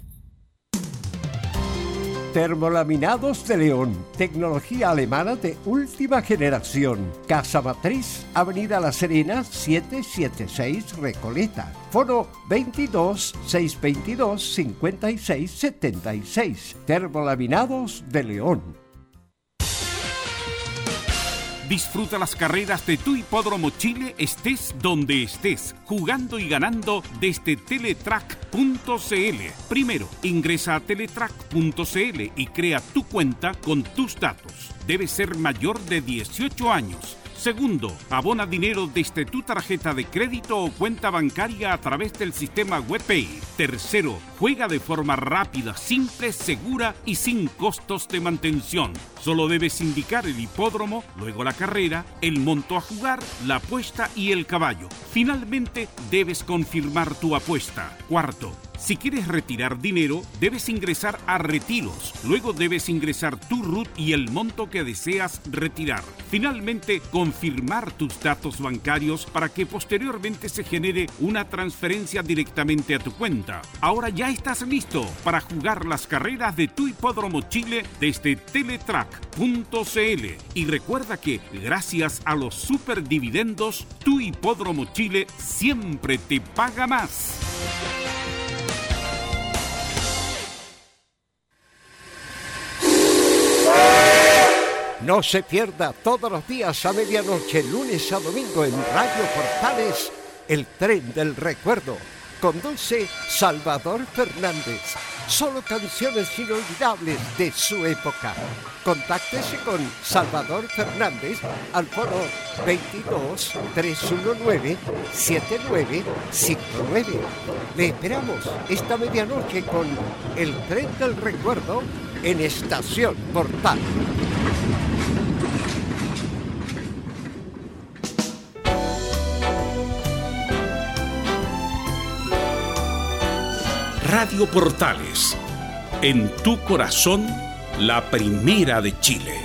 Speaker 7: Termolaminados de León, tecnología alemana de última generación. Casa Matriz, Avenida La Serena, setecientos setenta y seis, Recoleta. Foro veintidós, seiscientos veintidós, cincuenta y seis setenta y seis. Termolaminados de León.
Speaker 8: Disfruta las carreras de tu Hipódromo Chile, estés donde estés, jugando y ganando desde teletrack punto c l. Primero, ingresa a teletrack punto c l y crea tu cuenta con tus datos. Debes ser mayor de dieciocho años. Segundo, abona dinero desde tu tarjeta de crédito o cuenta bancaria a través del sistema WebPay. Tercero, juega de forma rápida, simple, segura y sin costos de mantención. Solo debes indicar el hipódromo, luego la carrera, el monto a jugar, la apuesta y el caballo. Finalmente, debes confirmar tu apuesta. Cuarto, si quieres retirar dinero, debes ingresar a Retiros. Luego debes ingresar tu R U T y el monto que deseas retirar. Finalmente, confirmar tus datos bancarios para que posteriormente se genere una transferencia directamente a tu cuenta. Ahora ya estás listo para jugar las carreras de tu Hipódromo Chile desde teletrack punto c l. Y recuerda que, gracias a los superdividendos, tu Hipódromo Chile siempre te paga más.
Speaker 7: No se pierda todos los días a medianoche, lunes a domingo en Radio Portales, El Tren del Recuerdo. Conduce Salvador Fernández. Solo canciones inolvidables de su época. Contáctese con Salvador Fernández al foro veintidós, trescientos diecinueve, setenta y nueve cincuenta y nueve. Le esperamos esta medianoche con El Tren del Recuerdo en Estación Portal.
Speaker 8: Radio Portales, en tu corazón, la primera de Chile.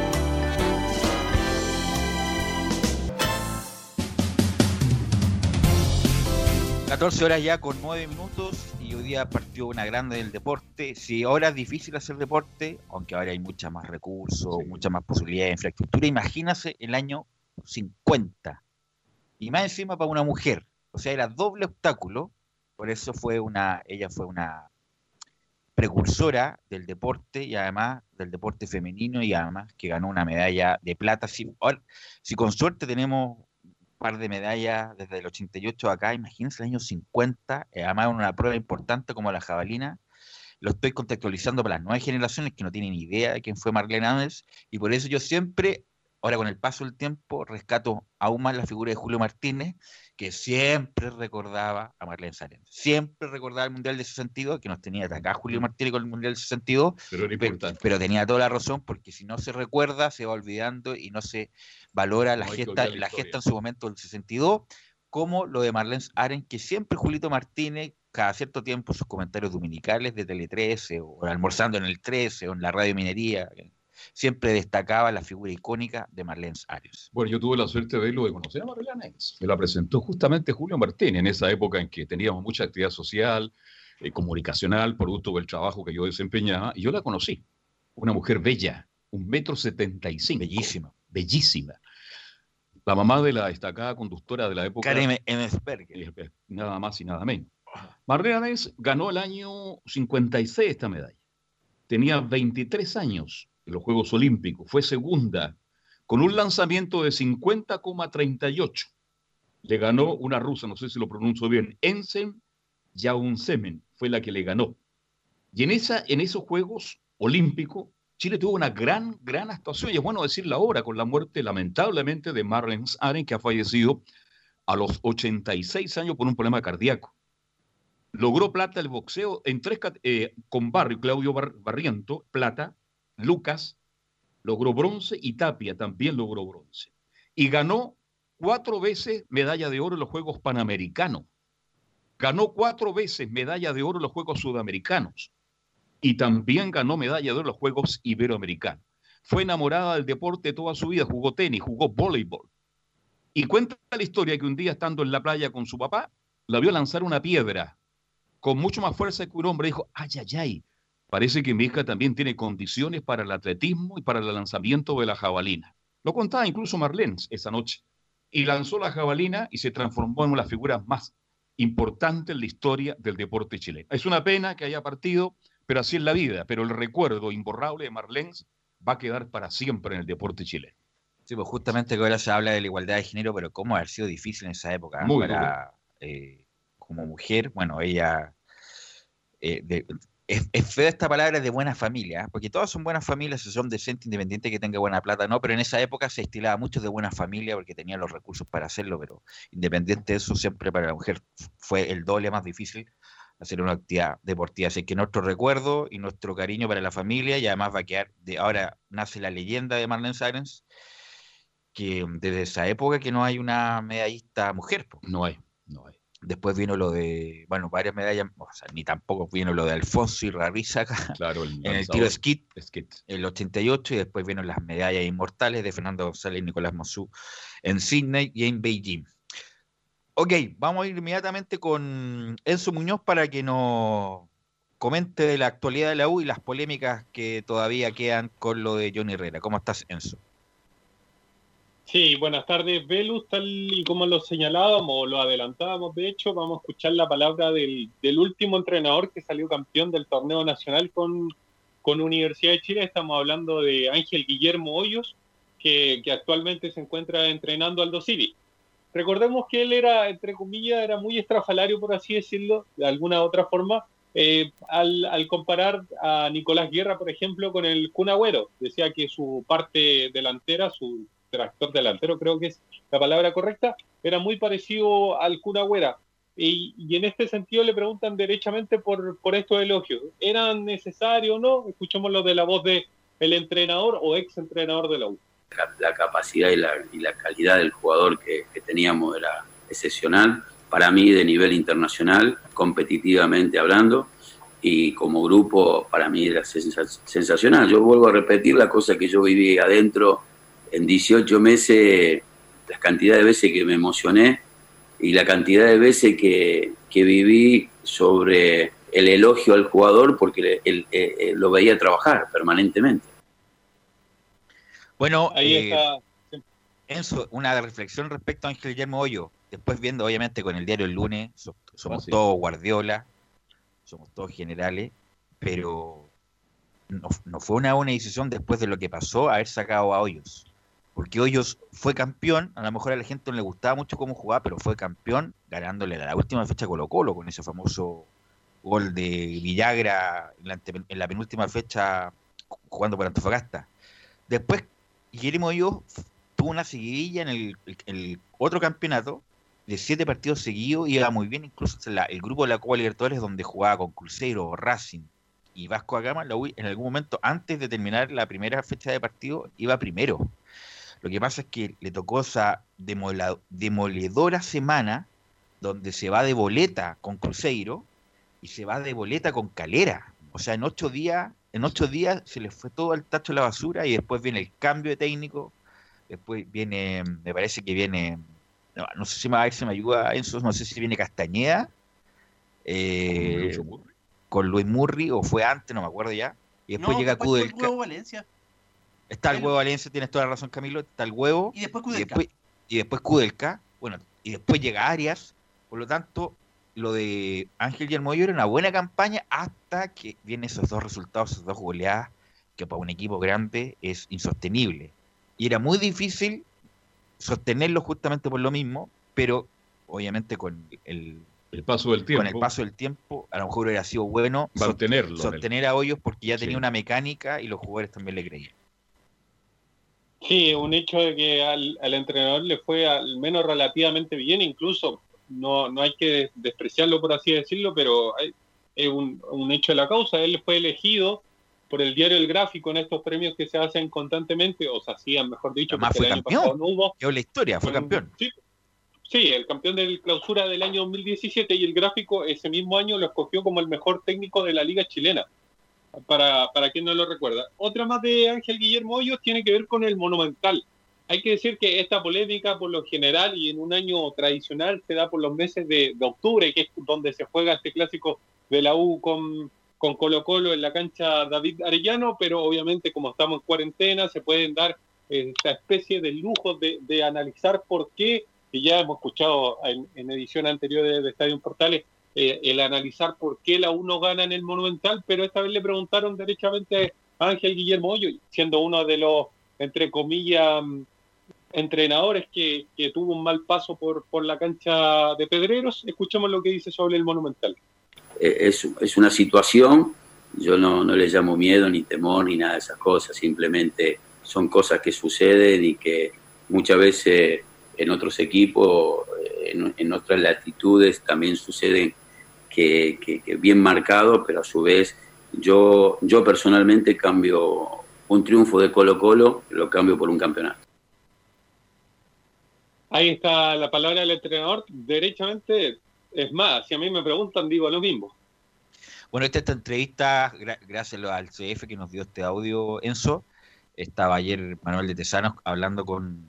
Speaker 5: catorce horas ya con nueve minutos y hoy día partió una grande del deporte. Si ahora es difícil hacer deporte, aunque ahora hay mucha más recursos, sí, mucha más posibilidad de infraestructura, imagínase el año cincuenta. Y más encima para una mujer. O sea, era doble obstáculo. Por eso fue una, ella fue una precursora del deporte y además del deporte femenino y además que ganó una medalla de plata. Si, ahora, si con suerte tenemos un par de medallas desde el ochenta y ocho acá, imagínense el año cincuenta, eh, además una prueba importante como la jabalina. Lo estoy contextualizando para las nuevas generaciones que no tienen idea de quién fue Marlene Ames, y por eso yo siempre, ahora con el paso del tiempo, rescato aún más la figura de Julio Martínez, que siempre recordaba a Marlene Sáenz, siempre recordaba el Mundial de sesenta y dos, que nos tenía acá Julio Martínez con el Mundial de sesenta y dos,
Speaker 4: pero, era importante.
Speaker 5: pero tenía toda la razón, porque si no se recuerda, se va olvidando y no se valora la, no gesta, la gesta en su momento del sesenta y dos, como lo de Marlene Aren, que siempre Julito Martínez, cada cierto tiempo, sus comentarios dominicales de Tele trece, o almorzando en el trece, o en la Radio Minería, siempre destacaba la figura icónica de Marlene Arias.
Speaker 4: Bueno, yo tuve la suerte de verlo, de conocer a Marlene. Me la presentó justamente Julio Martínez, en esa época en que teníamos mucha actividad social, eh, comunicacional, producto del trabajo que yo desempeñaba, y yo la conocí. Una mujer bella, un metro setenta y cinco.
Speaker 5: Bellísima.
Speaker 4: Bellísima. La mamá de la destacada conductora de la época.
Speaker 5: Karen Emmesberger.
Speaker 4: Nada más y nada menos. Marlene ganó el año cincuenta y seis esta medalla. Tenía veintitrés años en los Juegos Olímpicos. Fue segunda con un lanzamiento de cincuenta coma treinta y ocho. Le ganó una rusa, no sé si lo pronuncio bien, Ensen Yaunsemen, fue la que le ganó. Y en, esa, en esos Juegos Olímpicos, Chile tuvo una gran, gran actuación. Y es bueno decirla ahora, con la muerte, lamentablemente, de Marlene Aren, que ha fallecido a los ochenta y seis años por un problema cardíaco. Logró plata el boxeo en tres, eh, con Barrio, Claudio Bar, Barriento, plata, Lucas logró bronce y Tapia también logró bronce. Y ganó cuatro veces medalla de oro en los Juegos Panamericanos. Ganó cuatro veces medalla de oro en los Juegos Sudamericanos. Y también ganó medalla de oro en los Juegos Iberoamericanos. Fue enamorada del deporte toda su vida, jugó tenis, jugó voleibol. Y cuenta la historia que un día, estando en la playa con su papá, la vio lanzar una piedra con mucho más fuerza que un hombre. Dijo, ay, ay, ay, parece que mi hija también tiene condiciones para el atletismo y para el lanzamiento de la jabalina. Lo contaba incluso Marlene esa noche. Y lanzó la jabalina y se transformó en una de las figuras más importantes en la historia del deporte chileno. Es una pena que haya partido, pero así es la vida. Pero el recuerdo imborrable de Marlene va a quedar para siempre en el deporte chileno.
Speaker 5: Sí, pues justamente que ahora se habla de la igualdad de género, pero cómo haber sido difícil en esa época, ¿eh?
Speaker 4: Muy
Speaker 5: Para, eh, como mujer, bueno, ella... Eh, de, es, es fea esta palabra de buena familia, ¿eh? Porque todas son buenas familias, si son decentes, independientes, que tenga buena plata, no, pero en esa época se estilaba mucho de buena familia porque tenía los recursos para hacerlo, pero independiente de eso, siempre para la mujer fue el doble más difícil hacer una actividad deportiva. Así que nuestro recuerdo y nuestro cariño para la familia, y además va a quedar, de ahora nace la leyenda de Marlene Aren, que desde esa época que no hay una medallista mujer. Po.
Speaker 4: No hay, no hay.
Speaker 5: Después vino lo de, bueno, varias medallas, o sea, ni tampoco vino lo de Alfonso y Rarrizaga,
Speaker 4: claro, el
Speaker 5: en el tiro skit,
Speaker 4: skit,
Speaker 5: el ochenta y ocho, y después vino las medallas inmortales de Fernando González y Nicolás Mosú en Sydney y en Beijing. Ok, vamos a ir inmediatamente con Enzo Muñoz para que nos comente de la actualidad de la U y las polémicas que todavía quedan con lo de Johnny Herrera. ¿Cómo estás, Enzo?
Speaker 12: Sí, buenas tardes, Velus. Tal y como lo señalábamos, lo adelantábamos, de hecho, vamos a escuchar la palabra del, del último entrenador que salió campeón del torneo nacional con, con Universidad de Chile. Estamos hablando de Ángel Guillermo Hoyos, que, que actualmente se encuentra entrenando Aldo Civi. Recordemos que él era, entre comillas, era muy estrafalario, por así decirlo, de alguna otra forma, eh, al, al comparar a Nicolás Guerra, por ejemplo, con el Kun Agüero. Decía que su parte delantera, su tractor delantero, creo que es la palabra correcta, era muy parecido al Kun Agüero. Y, y en este sentido le preguntan derechamente por, por estos elogios. ¿Eran necesarios o no? Escuchemos lo de la voz de el entrenador o ex entrenador de la U.
Speaker 14: La capacidad y la, y la calidad del jugador que, que teníamos era excepcional, para mí de nivel internacional, competitivamente hablando, y como grupo para mí era sensacional. Yo vuelvo a repetir la cosa que yo viví adentro en dieciocho meses, la cantidad de veces que me emocioné y la cantidad de veces que, que viví sobre el elogio al jugador porque él, él, él, lo veía trabajar permanentemente.
Speaker 5: Bueno,
Speaker 12: ahí
Speaker 5: eh,
Speaker 12: está.
Speaker 5: Enzo, una reflexión respecto a Ángel Guillermo Hoyo. Después viendo, obviamente, con el diario El Lunes, so, somos
Speaker 4: Así.
Speaker 5: todos Guardiola, somos todos generales, pero no, no fue una buena decisión después de lo que pasó haber sacado a Hoyos. Porque Hoyos fue campeón, a lo mejor a la gente no le gustaba mucho cómo jugaba, pero fue campeón ganándole a la última fecha a Colo Colo con ese famoso gol de Villagra en la, en la penúltima fecha jugando por Antofagasta. Después Guillermo Hoyos tuvo una seguidilla en el, el, el otro campeonato de siete partidos seguidos, iba muy bien, incluso en la, el grupo de la Copa Libertadores donde jugaba con Cruzeiro, Racing y Vasco da Gama, la U en algún momento antes de terminar la primera fecha de partido iba primero. Lo que pasa es que le tocó esa demola, demoledora semana donde se va de boleta con Cruzeiro y se va de boleta con Calera. O sea, en ocho días, en ocho días se les fue todo al tacho de la basura y después viene el cambio de técnico, después viene, me parece que viene, no, no sé si me, a ver si me ayuda Enzo, no sé si viene Castañeda eh, con Luis Murri o fue antes, no me acuerdo ya. Y después
Speaker 3: no,
Speaker 5: llega
Speaker 3: después
Speaker 5: Kudelka.
Speaker 3: El huevo Valencia.
Speaker 5: Está el huevo Valencia, tienes toda la razón, Camilo. Está el huevo.
Speaker 3: Y después Kudelka.
Speaker 5: Y después, y después Kudelka. Bueno, y después llega Arias. Por lo tanto, lo de Ángel Yermoyo era una buena campaña hasta que vienen esos dos resultados, esas dos goleadas, que para un equipo grande es insostenible. Y era muy difícil sostenerlo justamente por lo mismo, pero obviamente con el,
Speaker 4: el paso del tiempo.
Speaker 5: Con el paso del tiempo, a lo mejor hubiera sido bueno
Speaker 4: mantenerlo,
Speaker 5: sostener a Hoyos porque ya tenía
Speaker 4: sí.
Speaker 5: una mecánica y los jugadores también le creían.
Speaker 12: Sí, un hecho de que al, al entrenador le fue al menos relativamente bien, incluso no, no hay que despreciarlo por así decirlo, pero hay, es un, un hecho de la causa. Él fue elegido por el diario El Gráfico en estos premios que se hacen constantemente, o se hacían, mejor dicho,
Speaker 5: además
Speaker 12: porque
Speaker 5: fue
Speaker 12: el año
Speaker 5: campeón.
Speaker 12: pasado no hubo.
Speaker 5: Quedó la historia, fue
Speaker 12: Um,
Speaker 5: campeón.
Speaker 12: Sí, sí, el campeón del clausura del año dos mil diecisiete, y El Gráfico ese mismo año lo escogió como el mejor técnico de la liga chilena, para, para quien no lo recuerda. Otra más de Ángel Guillermo Hoyos tiene que ver con el Monumental. Hay que decir que esta polémica por lo general y en un año tradicional se da por los meses de, de octubre, que es donde se juega este clásico de la U con, con Colo Colo en la cancha David Arellano, pero obviamente como estamos en cuarentena se pueden dar esta especie de lujo de, de analizar por qué, y ya hemos escuchado en, en edición anterior de, de Estadio Portales, eh, el analizar por qué la U no gana en el Monumental, pero esta vez le preguntaron derechamente a Ángel Guillermo Hoyos, siendo uno de los, entre comillas, entrenadores que, que tuvo un mal paso por, por la cancha de Pedreros. Escuchemos lo que dice sobre el Monumental.
Speaker 14: Es, es una situación, yo no, no le llamo miedo ni temor ni nada de esas cosas, simplemente son cosas que suceden y que muchas veces en otros equipos, en, en otras latitudes también suceden que, que, que bien marcado, pero a su vez yo, yo personalmente cambio un triunfo de Colo Colo, lo cambio por un campeonato.
Speaker 12: Ahí está la palabra del entrenador, derechamente, es más, si a mí me preguntan digo lo mismo.
Speaker 5: Bueno, esta, esta entrevista, gra- gracias al C F que nos dio este audio, Enzo, estaba ayer Manuel de Tesanos hablando con,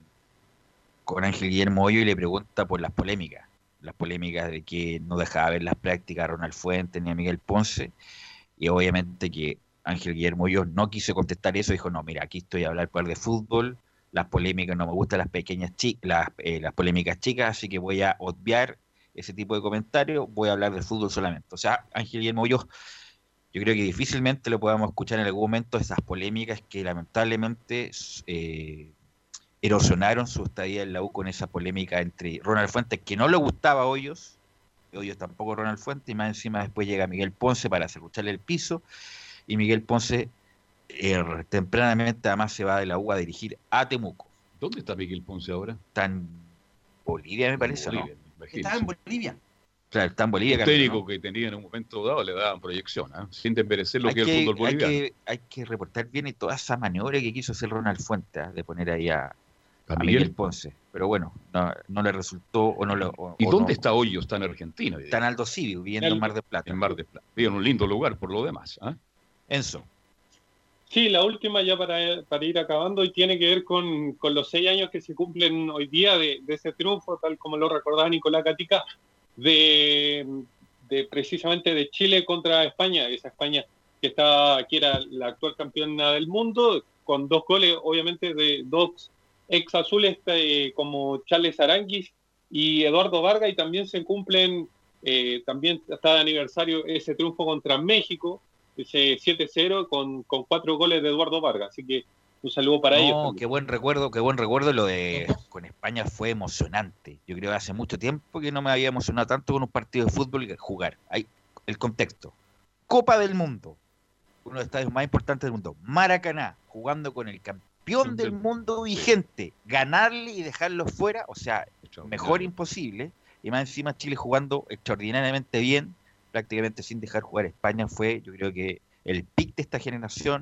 Speaker 5: con Ángel Guillermo Hoyos y le pregunta por las polémicas, las polémicas de que no dejaba ver las prácticas a Ronald Fuentes ni a Miguel Ponce, y obviamente que Ángel Guillermo Hoyos no quiso contestar eso, dijo, no, mira, aquí estoy a hablar de fútbol, las polémicas, no me gustan las pequeñas chicas, las, eh, las polémicas chicas, así que voy a obviar ese tipo de comentarios, voy a hablar de fútbol solamente. O sea, Ángel Guillermo Hoyos, yo creo que difícilmente lo podamos escuchar en algún momento, esas polémicas que lamentablemente eh, erosionaron su estadía en la U con esa polémica entre Ronald Fuentes, que no le gustaba a Hoyos, Hoyos tampoco a Ronald Fuentes, y más encima después llega Miguel Ponce para cerrucharle el piso, y Miguel Ponce Eh, tempranamente además se va de la U a dirigir a Temuco.
Speaker 4: ¿Dónde está Miguel Ponce ahora?
Speaker 5: Está en Bolivia, me parece,
Speaker 4: Bolivia,
Speaker 5: ¿no?
Speaker 3: Estaba en Bolivia.
Speaker 5: Claro, está en Bolivia.
Speaker 4: Un
Speaker 5: Carlos,
Speaker 4: técnico
Speaker 5: ¿no?
Speaker 4: que tenía en un momento dado le daban proyección, ¿eh? Sin desmerecer lo
Speaker 5: Hay
Speaker 4: que es el fútbol
Speaker 5: hay
Speaker 4: boliviano.
Speaker 5: que, hay que reportar bien y toda esa maniobra que quiso hacer Ronald Fuentes, ¿eh? De poner ahí a,
Speaker 4: ¿A
Speaker 5: a
Speaker 4: Miguel?
Speaker 5: Miguel Ponce. Pero bueno, no, no le resultó o no lo. o-
Speaker 4: ¿Y
Speaker 5: o
Speaker 4: dónde
Speaker 5: no.
Speaker 4: está Hoyos? Está en Argentina.
Speaker 5: Está en Aldo Civi, viviendo en Mar del Plata.
Speaker 4: En Mar del Plata. Vive en un lindo lugar por lo demás. ¿eh?
Speaker 5: Enzo.
Speaker 12: Sí, la última ya para, para ir acabando y tiene que ver con, con los seis años que se cumplen hoy día de, de ese triunfo, tal como lo recordaba Nicolás Gatica, de, de precisamente de Chile contra España, esa España que está, que era la actual campeona del mundo, con dos goles, obviamente, de dos ex azules eh, como Charles Aranguis y Eduardo Vargas, y también se cumplen, eh, también está de aniversario ese triunfo contra México, ese siete cero con, con cuatro goles de Eduardo Vargas, así que un saludo para
Speaker 5: no,
Speaker 12: ellos. también.
Speaker 5: qué buen recuerdo, qué buen recuerdo. Lo de con España fue emocionante. Yo creo que hace mucho tiempo que no me había emocionado tanto con un partido de fútbol que jugar. Hay el contexto. Copa del Mundo, uno de los estadios más importantes del mundo. Maracaná, jugando con el campeón del mundo vigente. Ganarle y dejarlo fuera, o sea, mejor imposible. Y más encima Chile jugando extraordinariamente bien, prácticamente sin dejar jugar a España, fue, yo creo que el pick de esta generación,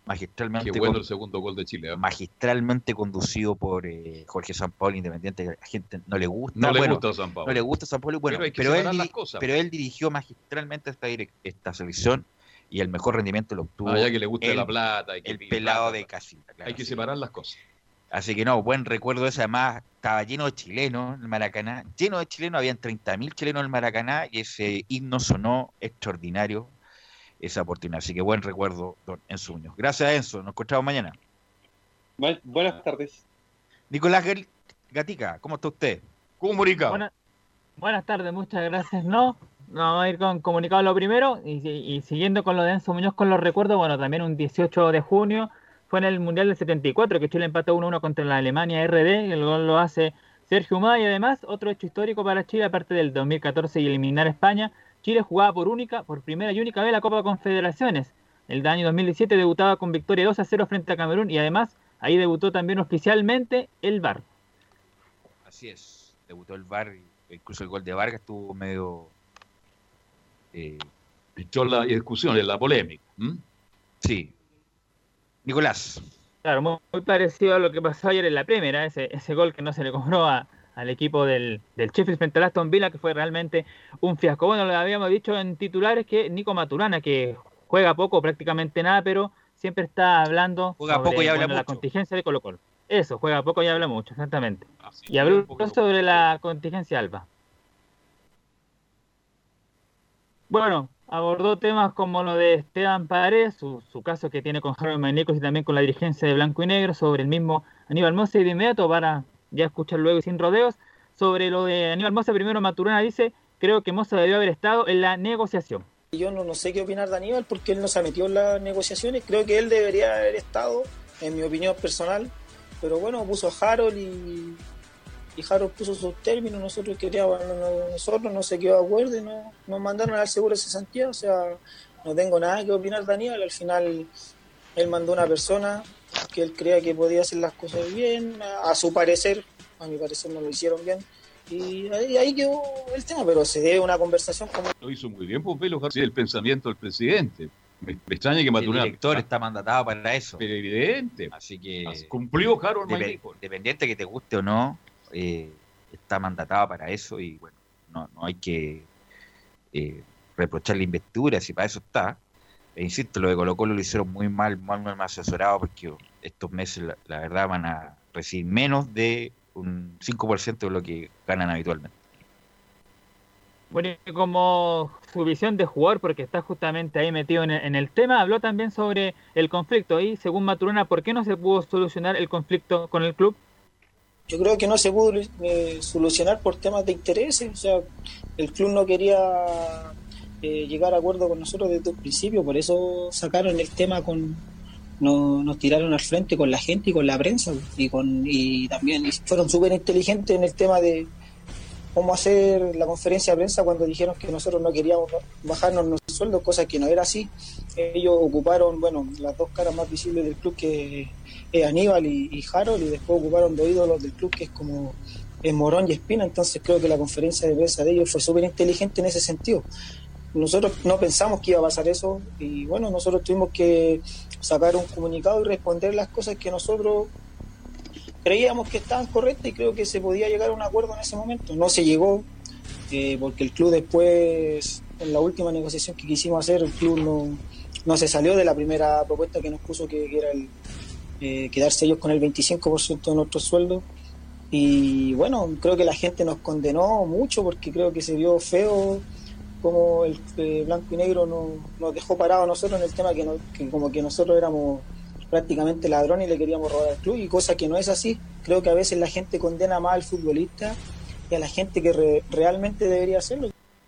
Speaker 5: magistralmente.
Speaker 4: Qué bueno
Speaker 5: con,
Speaker 4: el segundo gol de Chile. ¿eh?
Speaker 5: Magistralmente conducido por eh, Jorge Sampaoli, independiente, que a la gente no le gusta.
Speaker 4: No le
Speaker 5: bueno,
Speaker 4: gusta Sampaoli.
Speaker 5: No le gusta Sampaoli, bueno,
Speaker 4: pero,
Speaker 5: pero, él,
Speaker 4: las cosas.
Speaker 5: pero él dirigió magistralmente esta, esta selección y el mejor rendimiento lo obtuvo.
Speaker 4: Ah, ya que le gusta
Speaker 5: el,
Speaker 4: la plata.
Speaker 5: El pelado
Speaker 4: plata,
Speaker 5: de Casita.
Speaker 4: Claro, hay que separar las cosas.
Speaker 5: Así que no, buen recuerdo ese. Además, estaba lleno de chilenos en el Maracaná. Lleno de chilenos, habían treinta mil chilenos en el Maracaná y ese himno sonó extraordinario esa oportunidad. Así que buen recuerdo, don Enzo Muñoz. Gracias, Enzo. Nos encontramos mañana.
Speaker 12: Buenas tardes.
Speaker 5: Nicolás Gatica, ¿cómo está usted? Comunicado.
Speaker 11: Buena, buenas tardes, muchas gracias. No, no, vamos a ir con comunicado lo primero y, y, y siguiendo con lo de Enzo Muñoz con los recuerdos. Bueno, también un dieciocho de junio fue en el Mundial del setenta y cuatro que Chile empató uno a uno contra la Alemania R D. El gol lo hace Sergio Humada y además otro hecho histórico para Chile, aparte del dos mil catorce y eliminar a España. Chile jugaba por única, por primera y única vez la Copa Confederaciones. El año dos mil diecisiete debutaba con victoria dos a cero frente a Camerún y además ahí debutó también oficialmente el V A R.
Speaker 5: Así es, debutó el V A R, incluso el gol de Vargas estuvo medio...
Speaker 4: Eh, echó la discusión, la polémica. ¿Mm?
Speaker 5: Sí. Nicolás.
Speaker 11: Claro, muy, muy parecido a lo que pasó ayer en la Premier, ese, ese gol que no se le cobró a, al equipo del, del Sheffield frente al Aston Villa, que fue realmente un fiasco. Bueno, lo habíamos dicho en titulares que Nico Maturana, que juega poco, prácticamente nada, pero siempre está hablando
Speaker 5: juega
Speaker 11: sobre
Speaker 5: poco y habla
Speaker 11: bueno, la
Speaker 5: mucho.
Speaker 11: contingencia de Colo-Colo. Eso, juega poco y habla mucho, exactamente.
Speaker 4: Ah, sí,
Speaker 11: y habló
Speaker 4: poco,
Speaker 11: sobre la contingencia Alba. Bueno, abordó temas como lo de Esteban Paredes, su, su caso que tiene con Harold Magnicos y también con la dirigencia de Blanco y Negro, sobre el mismo Aníbal Mosa y de inmediato para ya escuchar luego y sin rodeos. Sobre lo de Aníbal Mosa, primero Maturana dice, creo que Mosa debió haber estado en la negociación.
Speaker 15: Yo no, no sé qué opinar de Aníbal porque él no se ha metido en las negociaciones, creo que él debería haber estado, en mi opinión personal, pero bueno, puso a Harold y... y Harold puso sus términos, nosotros queríamos, nosotros no se quedó de acuerdo y no, nos mandaron al seguro de cesantía, o sea, no tengo nada que opinar de Aníbal, al final él mandó una persona que él creía que podía hacer las cosas bien, a, a su parecer, a mi parecer no lo hicieron bien, y ahí, ahí quedó el tema, pero se debe una conversación como...
Speaker 4: Lo hizo muy bien Pompelo García, el pensamiento del presidente. Me, me extraña que Maturana...
Speaker 5: El director está mandatado para eso.
Speaker 4: Pero evidente.
Speaker 5: Así que...
Speaker 4: Cumplió Harold
Speaker 5: dep-
Speaker 4: Magnicos.
Speaker 5: Dependiente que te guste o no, Eh, está mandatado para eso y bueno, no, no hay que eh, reprochar la investidura, si para eso está. E insisto, lo de Colo Colo lo hicieron muy mal, mal, mal asesorado porque estos meses la, la verdad van a recibir menos de un cinco por ciento de lo que ganan habitualmente.
Speaker 11: Bueno, y como su visión de jugador, porque está justamente ahí metido en el, en el tema, habló también sobre el conflicto y según Maturana, ¿por qué no se pudo solucionar el conflicto con el club?
Speaker 15: Yo creo que no se pudo eh, solucionar por temas de intereses, o sea, el club no quería eh, llegar a acuerdo con nosotros desde un principio, por eso sacaron el tema con, no, nos tiraron al frente con la gente y con la prensa, y con y también y fueron súper inteligentes en el tema de cómo hacer la conferencia de prensa cuando dijeron que nosotros no queríamos bajarnos nuestros sueldos, cosa que no era así. Ellos ocuparon, bueno, las dos caras más visibles del club, que es Aníbal y, y Harold, y después ocuparon dos ídolos del club, que es como es Morón y Espina. Entonces creo que la conferencia de prensa de ellos fue súper inteligente en ese sentido. Nosotros no pensamos que iba a pasar eso, y bueno, nosotros tuvimos que sacar un comunicado y responder las cosas que nosotros creíamos que estaban correctas, y creo que se podía llegar a un acuerdo en ese momento. No se llegó, eh, porque el club después, en la última negociación que quisimos hacer, el club no, no se salió de la primera propuesta que nos puso, que, que era el eh, quedarse ellos con el veinticinco por ciento de nuestros sueldos. Y bueno, creo que la gente nos condenó mucho, porque creo que se vio feo como el eh, Blanco y Negro no, nos dejó parados a nosotros en el tema que, no, que como que nosotros éramos prácticamente ladrones y le queríamos robar al club, y cosa que no es así. Creo que a veces la gente condena más al futbolista que a la gente que re, realmente debería hacerlo.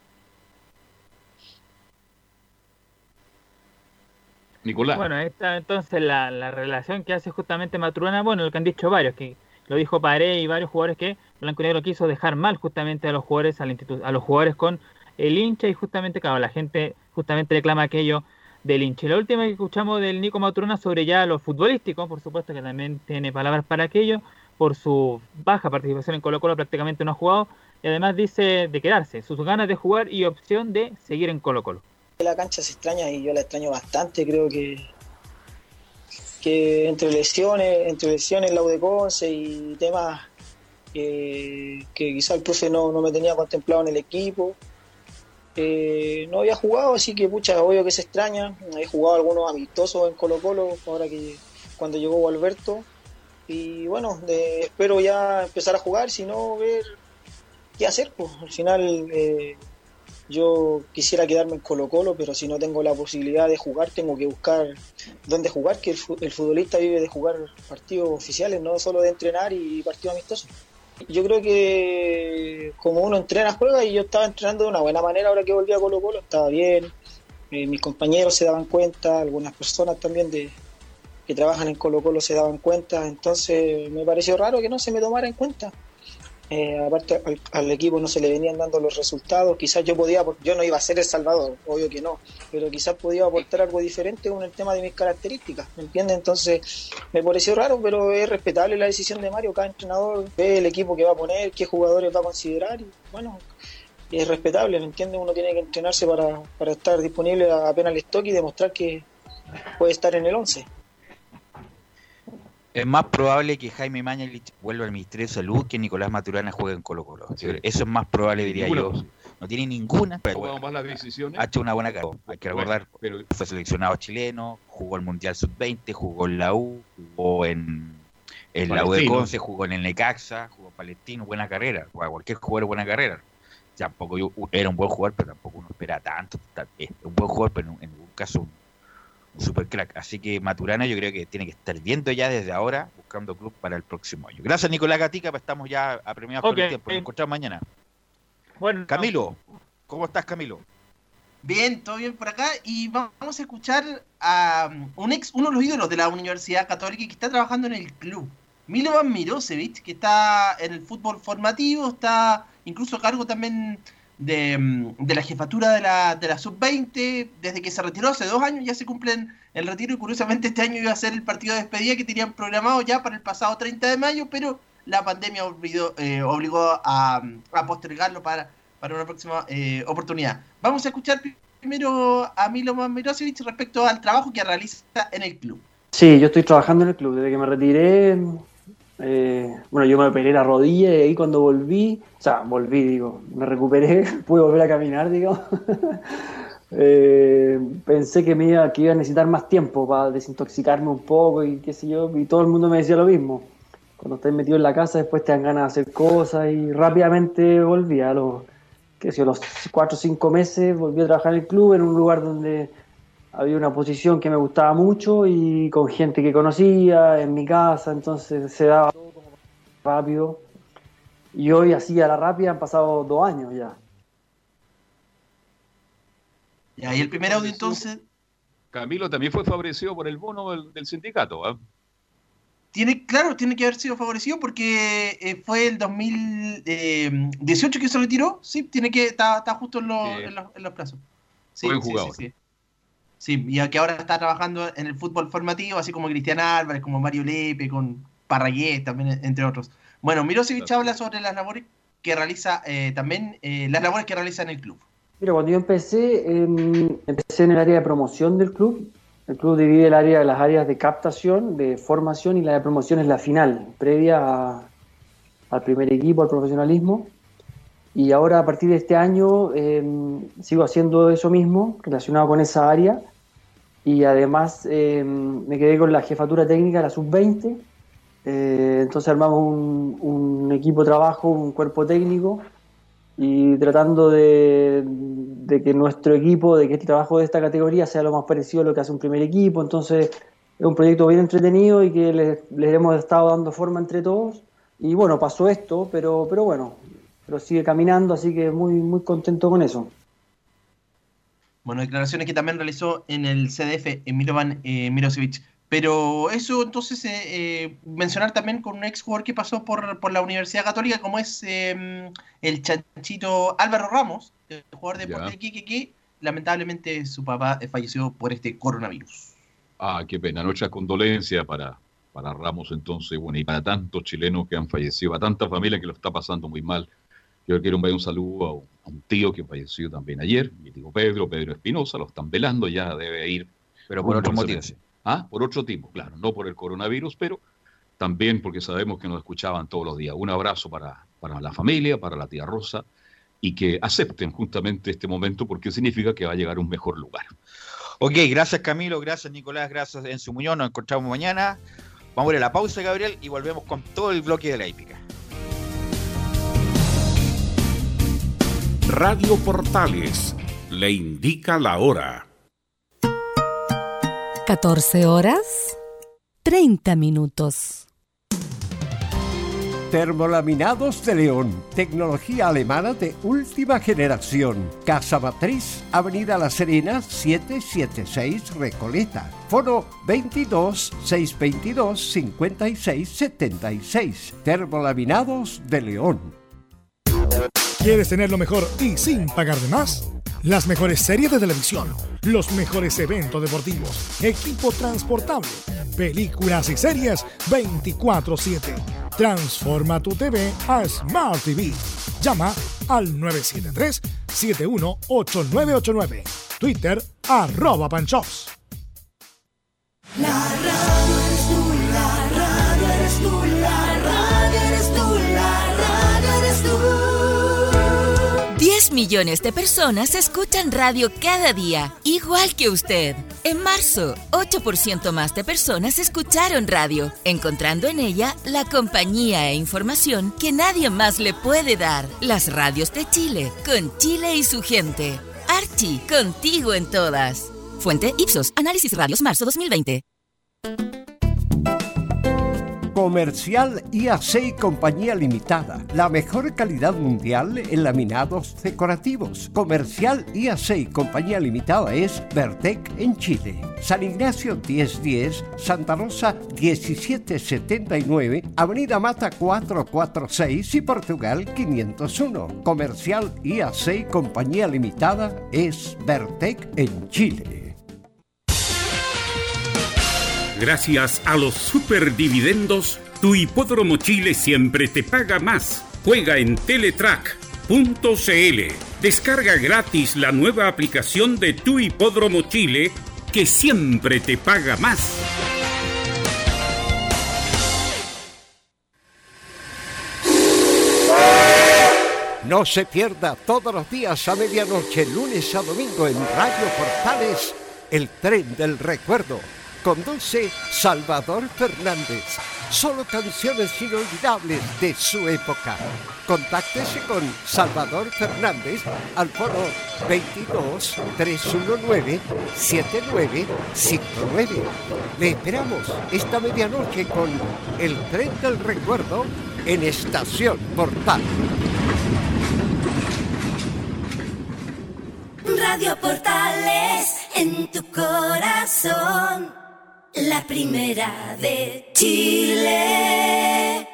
Speaker 4: Nicolás.
Speaker 11: Bueno, esta entonces la, la relación que hace justamente Maturana, bueno, lo que han dicho varios, que lo dijo Paredes y varios jugadores, que Blanco y Negro quiso dejar mal justamente a los jugadores, a, la institu- a los jugadores con el hincha, y justamente, claro, la gente justamente reclama aquello del hincha. Y la última que escuchamos del Nico Maturana sobre ya lo futbolístico, por supuesto que también tiene palabras para aquello, por su baja participación en Colo Colo, prácticamente no ha jugado, y además dice de quedarse, sus ganas de jugar y opción de seguir en Colo Colo.
Speaker 15: La cancha se extraña, y yo la extraño bastante. Creo que que entre lesiones, entre lesiones la U de Conce y temas que, que quizá el profe no, no me tenía contemplado en el equipo, eh, no había jugado, así que pucha, obvio que se extraña. He jugado algunos amistosos en Colo Colo ahora que cuando llegó Alberto, y bueno, de, espero ya empezar a jugar, si no ver qué hacer, pues al final eh, yo quisiera quedarme en Colo Colo, pero si no tengo la posibilidad de jugar, tengo que buscar dónde jugar, que el, el futbolista vive de jugar partidos oficiales, no solo de entrenar y partidos amistosos. Yo creo que como uno entrena, juega, y yo estaba entrenando de una buena manera ahora que volví a Colo Colo, estaba bien, eh, mis compañeros se daban cuenta, algunas personas también de que trabajan en Colo Colo se daban cuenta, entonces me pareció raro que no se me tomara en cuenta. Eh, aparte al, al equipo no se le venían dando los resultados, quizás yo podía, yo no iba a ser El Salvador, obvio que no, pero quizás podía aportar algo diferente con el tema de mis características, ¿me entiendes? Entonces me pareció raro, pero es respetable la decisión de Mario, cada entrenador ve el equipo que va a poner, qué jugadores va a considerar, y bueno, es respetable, ¿me entiendes? Uno tiene que entrenarse para, para estar disponible apenas el stock y demostrar que puede estar en el once.
Speaker 5: Es más probable que Jaime Mañalich vuelva al Ministerio de Salud que Nicolás Maturana juegue en Colo Colo. Sí. Eso es más probable, diría ninguna yo. Cosa. No tiene ninguna. Pero bueno,
Speaker 4: más las decisiones.
Speaker 5: Ha hecho una buena carrera. Hay que recordar,
Speaker 4: bueno, pero...
Speaker 5: fue seleccionado chileno, jugó el Mundial sub veinte, jugó en la U, jugó en, en la U de Conce, jugó en el Necaxa, jugó en Palestino. Buena carrera. Cualquier jugador buena carrera. Tampoco yo, era un buen jugador, pero tampoco uno espera tanto. Es un buen jugador, pero en ningún caso un un super crack, así que Maturana yo creo que tiene que estar viendo ya desde ahora, buscando club para el próximo año. Gracias Nicolás Gatica, pues estamos ya apremiados okay. por el tiempo, nos encontramos mañana. Bueno, Camilo, ¿cómo estás Camilo?
Speaker 3: Bien, todo bien por acá, y vamos a escuchar a un ex, uno de los ídolos de la Universidad Católica que está trabajando en el club, Milovan Mirosevic, que está en el fútbol formativo, está incluso a cargo también De, de la jefatura de la, de la sub veinte, desde que se retiró hace dos años, ya se cumplen el retiro, y curiosamente este año iba a ser el partido de despedida que tenían programado ya para el pasado treinta de mayo, pero la pandemia obligó, eh, obligó a, a postergarlo para, para una próxima eh, oportunidad. Vamos a escuchar primero a Milovan Mirosevic respecto al trabajo que realiza en el club.
Speaker 16: Sí, yo estoy trabajando en el club desde que me retiré. Eh, bueno, yo me operé la rodilla y ahí cuando volví, o sea, volví, digo, me recuperé, pude volver a caminar, digo. eh, pensé que me iba, que iba a necesitar más tiempo para desintoxicarme un poco y qué sé yo, y todo el mundo me decía lo mismo. Cuando estás metido en la casa después te dan ganas de hacer cosas, y rápidamente volví a los, qué sé yo, los cuatro o cinco meses, volví a trabajar en el club, en un lugar donde había una posición que me gustaba mucho y con gente que conocía en mi casa, entonces se daba todo como rápido. Y hoy, así a la rápida, han pasado dos años ya.
Speaker 3: Y ahí el primer audio entonces...
Speaker 4: Camilo también fue favorecido por el bono del, del sindicato, ¿eh?
Speaker 3: Tiene, claro, tiene que haber sido favorecido porque eh, fue el dos mil dieciocho que se retiró, sí, tiene que está, está justo en los, sí. en los, en los plazos. Sí,
Speaker 4: Buen
Speaker 3: sí,
Speaker 4: jugador.
Speaker 3: Sí, sí. Sí, y que ahora está trabajando en el fútbol formativo, así como Cristian Álvarez, como Mario Lepe, con Parragués también, entre otros. Bueno, Mirosevic habla sobre las labores que realiza, eh, también eh, las labores que realiza en el club.
Speaker 16: Mira, cuando yo empecé, eh, empecé en el área de promoción del club. El club divide el área, las áreas de captación, de formación, y la de promoción es la final, previa a, al primer equipo, al profesionalismo. Y ahora, a partir de este año, eh, sigo haciendo eso mismo, relacionado con esa área. Y además eh, me quedé con la jefatura técnica de la sub veinte. Eh, entonces armamos un, un equipo de trabajo, un cuerpo técnico, y tratando de, de que nuestro equipo, de que este trabajo de esta categoría sea lo más parecido a lo que hace un primer equipo. Entonces es un proyecto bien entretenido y que les, les hemos estado dando forma entre todos. Y bueno, pasó esto, pero, pero bueno, pero sigue caminando, así que muy, muy contento con eso.
Speaker 3: Bueno, declaraciones que también realizó en el C D F, en Milovan eh, Mirosevic. Pero eso entonces, eh, eh, mencionar también con un ex jugador que pasó por, por la Universidad Católica, como es eh, el chanchito Álvaro Ramos, el jugador de Deportes de Iquique, que lamentablemente su papá falleció por este coronavirus.
Speaker 4: Ah, qué pena. Nuestra condolencia para, para Ramos entonces, bueno, y para tantos chilenos que han fallecido, a tanta familia que lo está pasando muy mal. Yo quiero enviar un saludo a un, a un tío que falleció también ayer, mi tío Pedro, Pedro Espinosa, lo están velando, ya debe ir.
Speaker 5: Pero por otros motivos.
Speaker 4: ¿Ah? Por otro tipo, claro, no por el coronavirus, pero también porque sabemos que nos escuchaban todos los días. Un abrazo para, para la familia, para la tía Rosa, y que acepten justamente este momento porque significa que va a llegar a un mejor lugar.
Speaker 5: Ok, gracias Camilo, gracias Nicolás, gracias Enzo Muñoz, nos encontramos mañana. Vamos a ir a la pausa, Gabriel, y volvemos con todo el bloque de la hípica.
Speaker 8: Radio Portales le indica la hora.
Speaker 17: catorce horas, treinta minutos.
Speaker 7: Termolaminados de León, tecnología alemana de última generación. Casa Matriz, Avenida La Serena, setecientos setenta y seis, Recoleta. Foro veintidós, seiscientos veintidós, cincuenta y seis setenta y seis. Termolaminados de León.
Speaker 6: ¿Quieres tener lo mejor y sin pagar de más? Las mejores series de televisión, los mejores eventos deportivos, equipo transportable, películas y series veinticuatro siete. Transforma tu T V a Smart T V. Llama al nueve siete tres, siete uno ocho nueve ocho nueve. Twitter, arroba Panchops.
Speaker 10: La radio eres tú, la radio eres tú, la radio eres tú, la radio eres tú.
Speaker 18: diez millones de personas escuchan radio cada día, igual que usted. En marzo, ocho por ciento más de personas escucharon radio, encontrando en ella la compañía e información que nadie más le puede dar. Las radios de Chile, con Chile y su gente. Archie, contigo en todas. Fuente Ipsos, Análisis Radios, marzo dos mil veinte.
Speaker 7: Comercial I A C y Compañía Limitada. La mejor calidad mundial en laminados decorativos. Comercial I A C y Compañía Limitada es Vertec en Chile. San Ignacio diez diez, Santa Rosa diecisiete setenta y nueve, Avenida Mata cuatrocientos cuarenta y seis y Portugal quinientos uno. Comercial I A C y Compañía Limitada es Vertec en Chile.
Speaker 8: Gracias a los superdividendos, tu Hipódromo Chile siempre te paga más. Juega en teletrack punto c l. Descarga gratis la nueva aplicación de tu Hipódromo Chile que siempre te paga más.
Speaker 7: No se pierda todos los días a medianoche, lunes a domingo en Radio Portales, El Tren del Recuerdo. Conduce Salvador Fernández. Solo canciones inolvidables de su época. Contáctese con Salvador Fernández al foro veintidós, trescientos diecinueve, setenta y nueve cincuenta y nueve. Le esperamos esta medianoche con El Tren del Recuerdo en Estación Portal.
Speaker 10: Radio Portales en tu corazón. La primera de Chile.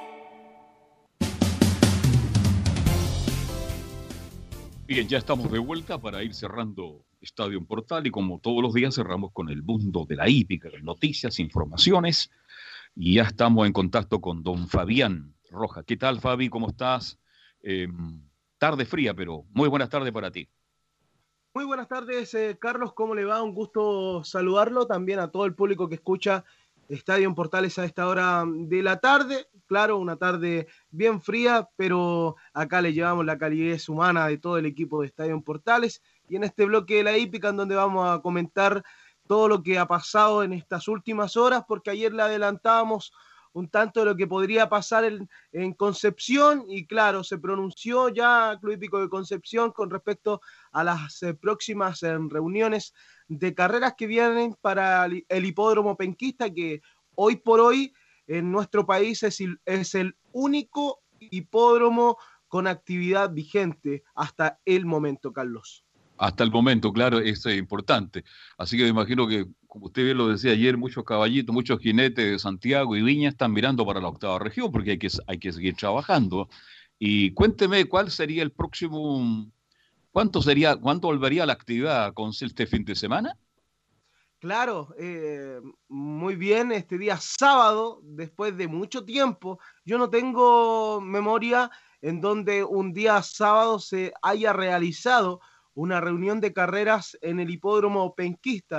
Speaker 4: Bien, ya estamos de vuelta para ir cerrando Estadio Portal y como todos los días cerramos con el mundo de la hípica, noticias, informaciones y ya estamos en contacto con don Fabián Rojas. ¿Qué tal, Fabi? ¿Cómo estás? Eh, tarde fría, pero muy buenas tardes para ti.
Speaker 19: Muy buenas tardes, eh, Carlos, ¿cómo le va? Un gusto saludarlo, también a todo el público que escucha Estadio en Portales a esta hora de la tarde. Claro, una tarde bien fría, pero acá le llevamos la calidez humana de todo el equipo de Estadio en Portales. Y en este bloque de la hípica, en donde vamos a comentar todo lo que ha pasado en estas últimas horas, porque ayer le adelantábamos un tanto de lo que podría pasar en, en Concepción, y claro, se pronunció ya Club Hípico de Concepción con respecto a las eh, próximas eh, reuniones de carreras que vienen para el, el hipódromo penquista, que hoy por hoy en nuestro país es, es el único hipódromo con actividad vigente hasta el momento, Carlos.
Speaker 4: Hasta el momento, claro, es eh, importante. Así que me imagino que, como usted bien lo decía ayer, muchos caballitos, muchos jinetes de Santiago y Viña están mirando para la octava región porque hay que, hay que seguir trabajando. Y cuénteme, ¿cuál sería el próximo, cuánto sería, cuánto volvería la actividad con este fin de semana?
Speaker 19: Claro, eh, muy bien, este día sábado, después de mucho tiempo, yo no tengo memoria en donde un día sábado se haya realizado una reunión de carreras en el hipódromo penquista.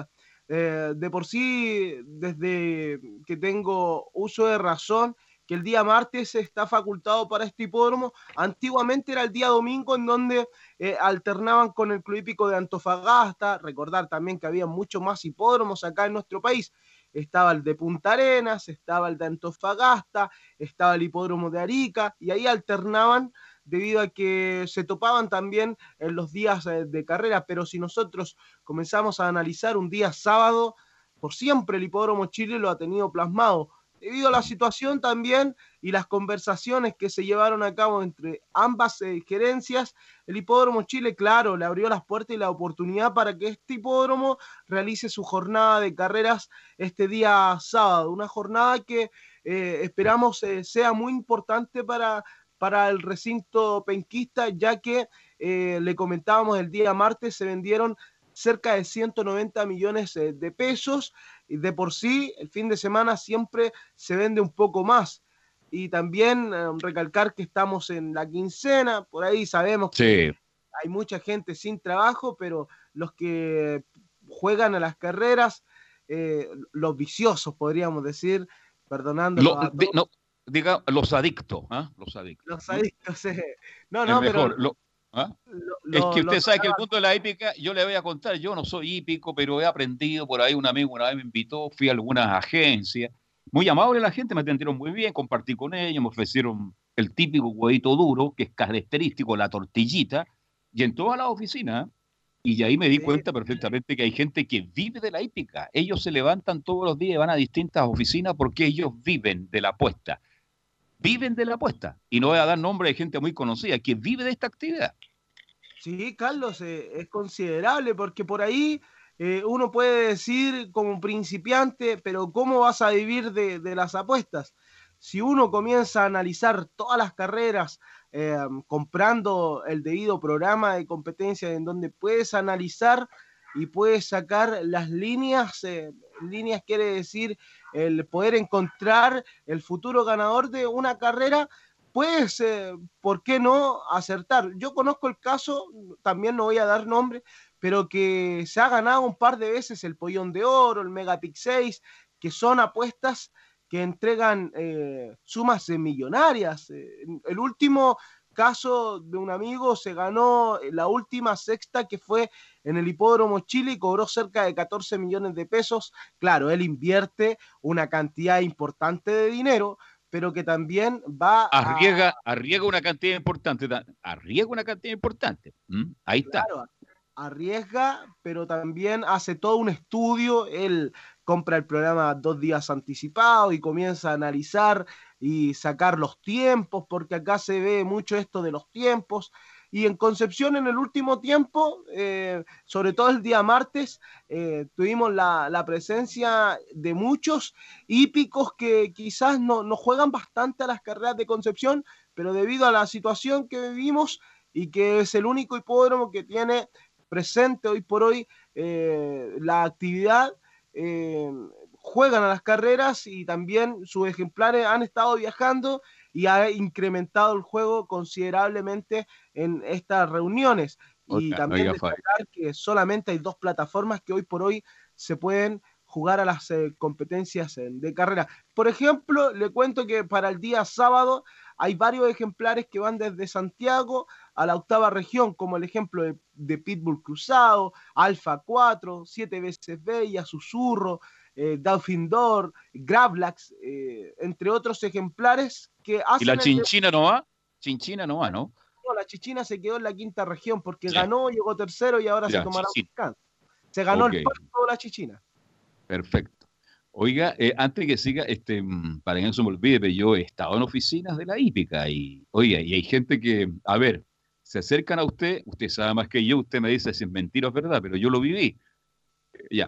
Speaker 19: Eh, de por sí, desde que tengo uso de razón, que el día martes está facultado para este hipódromo. Antiguamente era el día domingo, en donde eh, alternaban con el Club Hípico de Antofagasta. Recordar también que había muchos más hipódromos acá en nuestro país. Estaba el de Punta Arenas, estaba el de Antofagasta, estaba el hipódromo de Arica, y ahí alternaban debido a que se topaban también en los días de carrera. Pero si nosotros comenzamos a analizar un día sábado, por siempre el Hipódromo Chile lo ha tenido plasmado, debido a la situación también y las conversaciones que se llevaron a cabo entre ambas eh, gerencias. El Hipódromo Chile, claro, le abrió las puertas y la oportunidad para que este hipódromo realice su jornada de carreras este día sábado, una jornada que eh, esperamos eh, sea muy importante para para el recinto penquista, ya que eh, le comentábamos el día martes, se vendieron cerca de ciento noventa millones eh, de pesos, y de por sí el fin de semana siempre se vende un poco más. Y también eh, recalcar que estamos en la quincena, por ahí sabemos
Speaker 4: sí.
Speaker 19: que hay mucha gente sin trabajo, pero los que juegan a las carreras, eh, los viciosos podríamos decir, perdonando
Speaker 4: Lo,
Speaker 19: a
Speaker 4: de,
Speaker 19: todos.
Speaker 4: no, diga los adictos, ¿ah? Los adictos.
Speaker 19: Los adictos, eh. no,
Speaker 4: Es
Speaker 19: no,
Speaker 4: mejor,
Speaker 19: pero
Speaker 4: lo- ¿ah?
Speaker 19: lo-
Speaker 4: Es que
Speaker 19: lo
Speaker 4: usted sabe que el
Speaker 19: sacaban.
Speaker 4: mundo de la hípica, yo le voy a contar, yo no soy hípico, pero he aprendido por ahí, un amigo una vez me invitó, fui a algunas agencias, muy amable la gente, me atendieron muy bien, compartí con ellos, me ofrecieron el típico huevito duro, que es característico, la tortillita, y en todas las oficinas, y ahí me di cuenta perfectamente que hay gente que vive de la hípica, ellos se levantan todos los días y van a distintas oficinas porque ellos viven de la apuesta, viven de la apuesta, y no voy a dar nombre de gente muy conocida, que vive de esta actividad.
Speaker 19: Sí, Carlos, eh, es considerable porque por ahí eh, uno puede decir como principiante, pero ¿cómo vas a vivir de, de las apuestas? Si uno comienza a analizar todas las carreras, eh, comprando el debido programa de competencia en donde puedes analizar y puedes sacar las líneas, eh, líneas quiere decir el poder encontrar el futuro ganador de una carrera, pues, eh, ¿por qué no acertar? Yo conozco el caso, también no voy a dar nombre, pero que se ha ganado un par de veces el Pollón de Oro, el Megapix seis, que son apuestas que entregan eh, sumas eh, millonarias. Eh, el último caso de un amigo se ganó la última sexta, que fue en el Hipódromo Chile, y cobró cerca de catorce millones de pesos. Claro, él invierte una cantidad importante de dinero, pero que también va a...
Speaker 4: Arriesga, arriesga una cantidad importante, ta- arriesga una cantidad importante. ¿Mm? Ahí está.
Speaker 19: Claro, arriesga, pero también hace todo un estudio. Él compra el programa dos días anticipado y comienza a analizar y sacar los tiempos, porque acá se ve mucho esto de los tiempos. Y en Concepción, en el último tiempo, eh, sobre todo el día martes, eh, tuvimos la, la presencia de muchos hípicos que quizás no, no juegan bastante a las carreras de Concepción, pero debido a la situación que vivimos y que es el único hipódromo que tiene presente hoy por hoy eh, la actividad, eh, juegan a las carreras, y también sus ejemplares han estado viajando y ha incrementado el juego considerablemente en estas reuniones. Y
Speaker 4: Oiga,
Speaker 19: también
Speaker 4: oiga, Fabi.
Speaker 19: destacar que solamente hay dos plataformas que hoy por hoy se pueden jugar a las eh, competencias eh, de carrera. Por ejemplo, le cuento que para el día sábado hay varios ejemplares que van desde Santiago a la octava región, como el ejemplo de, de Pitbull Cruzado, Alfa cuatro, siete veces Bella, Susurro, eh, Dauphin d'Or, Gravlax, eh, entre otros ejemplares que hacen...
Speaker 4: ¿Y la
Speaker 19: el-
Speaker 4: chinchina no va? Chinchina no va, ¿no?
Speaker 19: No, la Chichina se quedó en la quinta región porque
Speaker 4: Ya.
Speaker 19: ganó, llegó tercero y ahora
Speaker 4: Ya,
Speaker 19: se tomará un
Speaker 4: Chichina.
Speaker 19: descanso. Se ganó
Speaker 4: Ok.
Speaker 19: el puesto de la Chichina.
Speaker 4: Perfecto. Oiga, eh, antes que siga, este, mm, para que no se me olvide, pero yo he estado en oficinas de la hípica y, oiga, y hay gente que, a ver, se acercan a usted, usted sabe más que yo, usted me dice si es mentira o es verdad, pero yo lo viví. Eh, Ya,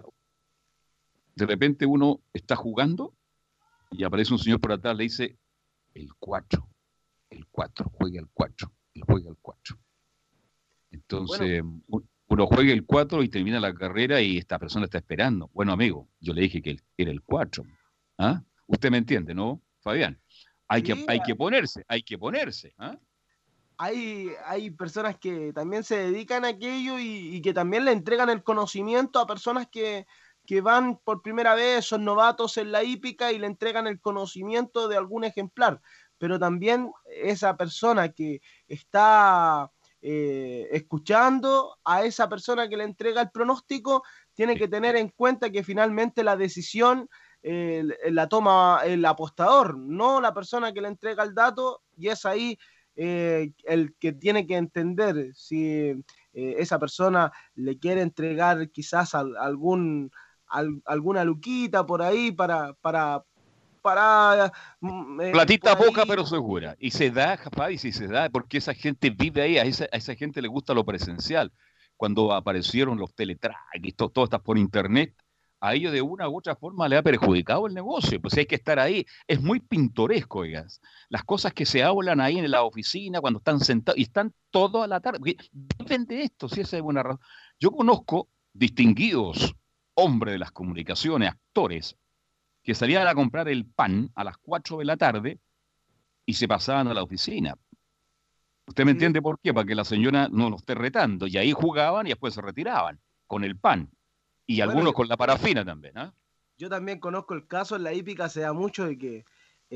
Speaker 4: de repente uno está jugando y aparece un señor por atrás, le dice, el cuatro, el cuatro, juega el cuatro, él juega el cuatro. Entonces, un- uno juega el cuatro y termina la carrera y esta persona está esperando. Bueno, amigo, yo le dije que él era el cuatro. ¿Ah? Usted me entiende, ¿no, Fabián? Hay,
Speaker 19: Sí,
Speaker 4: que, hay que ponerse, hay que ponerse. ¿Ah?
Speaker 19: Hay, hay personas que también se dedican a aquello y, y que también le entregan el conocimiento a personas que, que van por primera vez, son novatos en la hípica y le entregan el conocimiento de algún ejemplar, pero también esa persona que está eh, escuchando a esa persona que le entrega el pronóstico tiene que tener en cuenta que finalmente la decisión eh, la toma el apostador, no la persona que le entrega el dato, y es ahí eh, el que tiene que entender si eh, esa persona le quiere entregar quizás al, algún al, alguna luquita por ahí para para para
Speaker 4: eh, platita poca pero segura, y se da, Fabi, si se da, porque esa gente vive ahí, a esa, a esa gente le gusta lo presencial. Cuando aparecieron los teletrack y todo, todo está por internet, a ellos de una u otra forma le ha perjudicado el negocio, pues hay que estar ahí. Es muy pintoresco, oigas, las cosas que se hablan ahí en la oficina cuando están sentados, y están toda la tarde, viven de esto, si esa es buena razón. Yo conozco distinguidos hombres de las comunicaciones, actores, que salían a comprar el pan a las cuatro de la tarde y se pasaban a la oficina. ¿Usted me entiende por qué? Para que la señora no lo esté retando. Y ahí jugaban y después se retiraban con el pan. Y bueno, algunos con la parafina también. ¿eh?
Speaker 19: Yo también conozco el caso, en la hípica se da mucho de que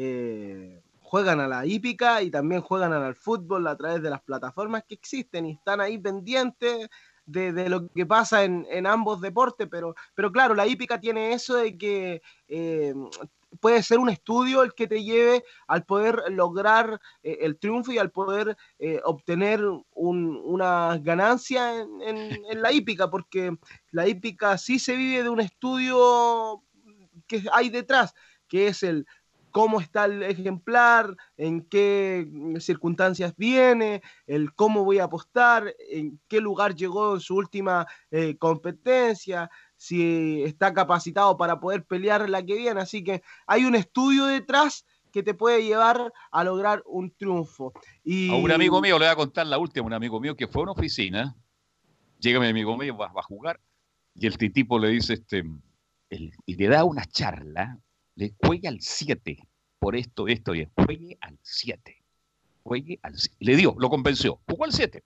Speaker 19: eh, juegan a la hípica y también juegan al fútbol a través de las plataformas que existen y están ahí pendientes de, de lo que pasa en, en ambos deportes. Pero, pero claro, la hípica tiene eso de que eh, puede ser un estudio el que te lleve al poder lograr eh, el triunfo y al poder eh, obtener un, una ganancia en, en, en la hípica, porque la hípica sí se vive de un estudio que hay detrás, que es el cómo está el ejemplar, en qué circunstancias viene, el cómo voy a apostar, en qué lugar llegó en su última eh, competencia, si está capacitado para poder pelear la que viene. Así que hay un estudio detrás que te puede llevar a lograr un triunfo. Y...
Speaker 4: A un amigo mío, le voy a contar la última, un amigo mío que fue a una oficina, llega mi amigo mío, va, va a jugar, y el tipo le dice, este, el, y le da una charla, le juegue al siete, por esto, esto, y juegue al siete, juegue al siete. Le dio, lo convenció, jugó al siete.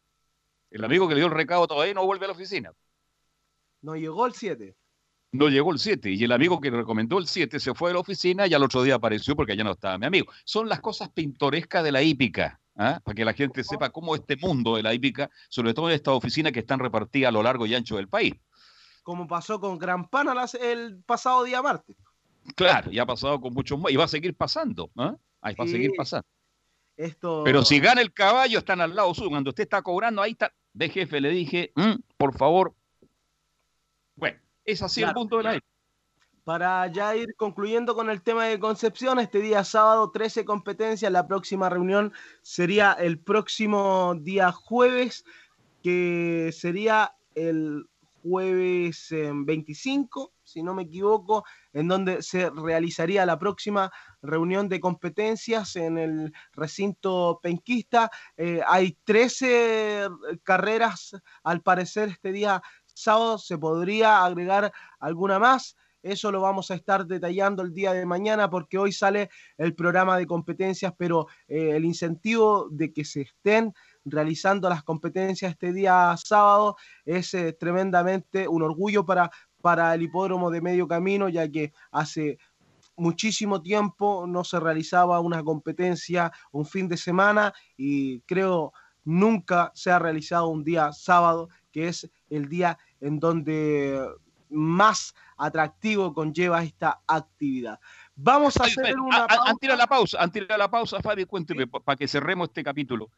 Speaker 4: El amigo que le dio el recado todavía no vuelve a la oficina.
Speaker 19: No llegó el siete.
Speaker 4: No llegó el siete, y el amigo que le recomendó el siete se fue de la oficina y al otro día apareció porque ya no estaba mi amigo. Son las cosas pintorescas de la hípica, ¿eh? Para que la gente sepa cómo este mundo de la hípica, sobre todo en estas oficinas que están repartidas a lo largo y ancho del país.
Speaker 19: Como pasó con Gran Pana el pasado día martes.
Speaker 4: Claro, y ha pasado con muchos más, y va a seguir pasando, ¿eh? Ahí va sí. a seguir pasando.
Speaker 19: Esto...
Speaker 4: Pero si gana el caballo, están al lado suyo. Cuando usted está cobrando, ahí está. De jefe, le dije, mm, por favor. Bueno, es así claro, el punto de la época.
Speaker 19: Para ya ir concluyendo con el tema de Concepción, este día sábado trece competencias, la próxima reunión sería el próximo día jueves, que sería el jueves eh, veinticinco, si no me equivoco, en donde se realizaría la próxima reunión de competencias en el recinto penquista. Eh, hay trece carreras, al parecer, este día sábado. Se podría agregar alguna más. Eso lo vamos a estar detallando el día de mañana, porque hoy sale el programa de competencias, pero eh, el incentivo de que se estén realizando las competencias este día sábado es eh, tremendamente un orgullo para, para el hipódromo de Medio Camino, ya que hace muchísimo tiempo no se realizaba una competencia un fin de semana, y creo nunca se ha realizado un día sábado, que es el día en donde más atractivo conlleva esta actividad. Vamos a
Speaker 4: Ay,
Speaker 19: hacer
Speaker 4: pero,
Speaker 19: una
Speaker 4: a,
Speaker 19: pausa.
Speaker 4: Antes de la pausa, antes de la pausa, Fabi, cuénteme, ¿sí? Para que cerremos este capítulo.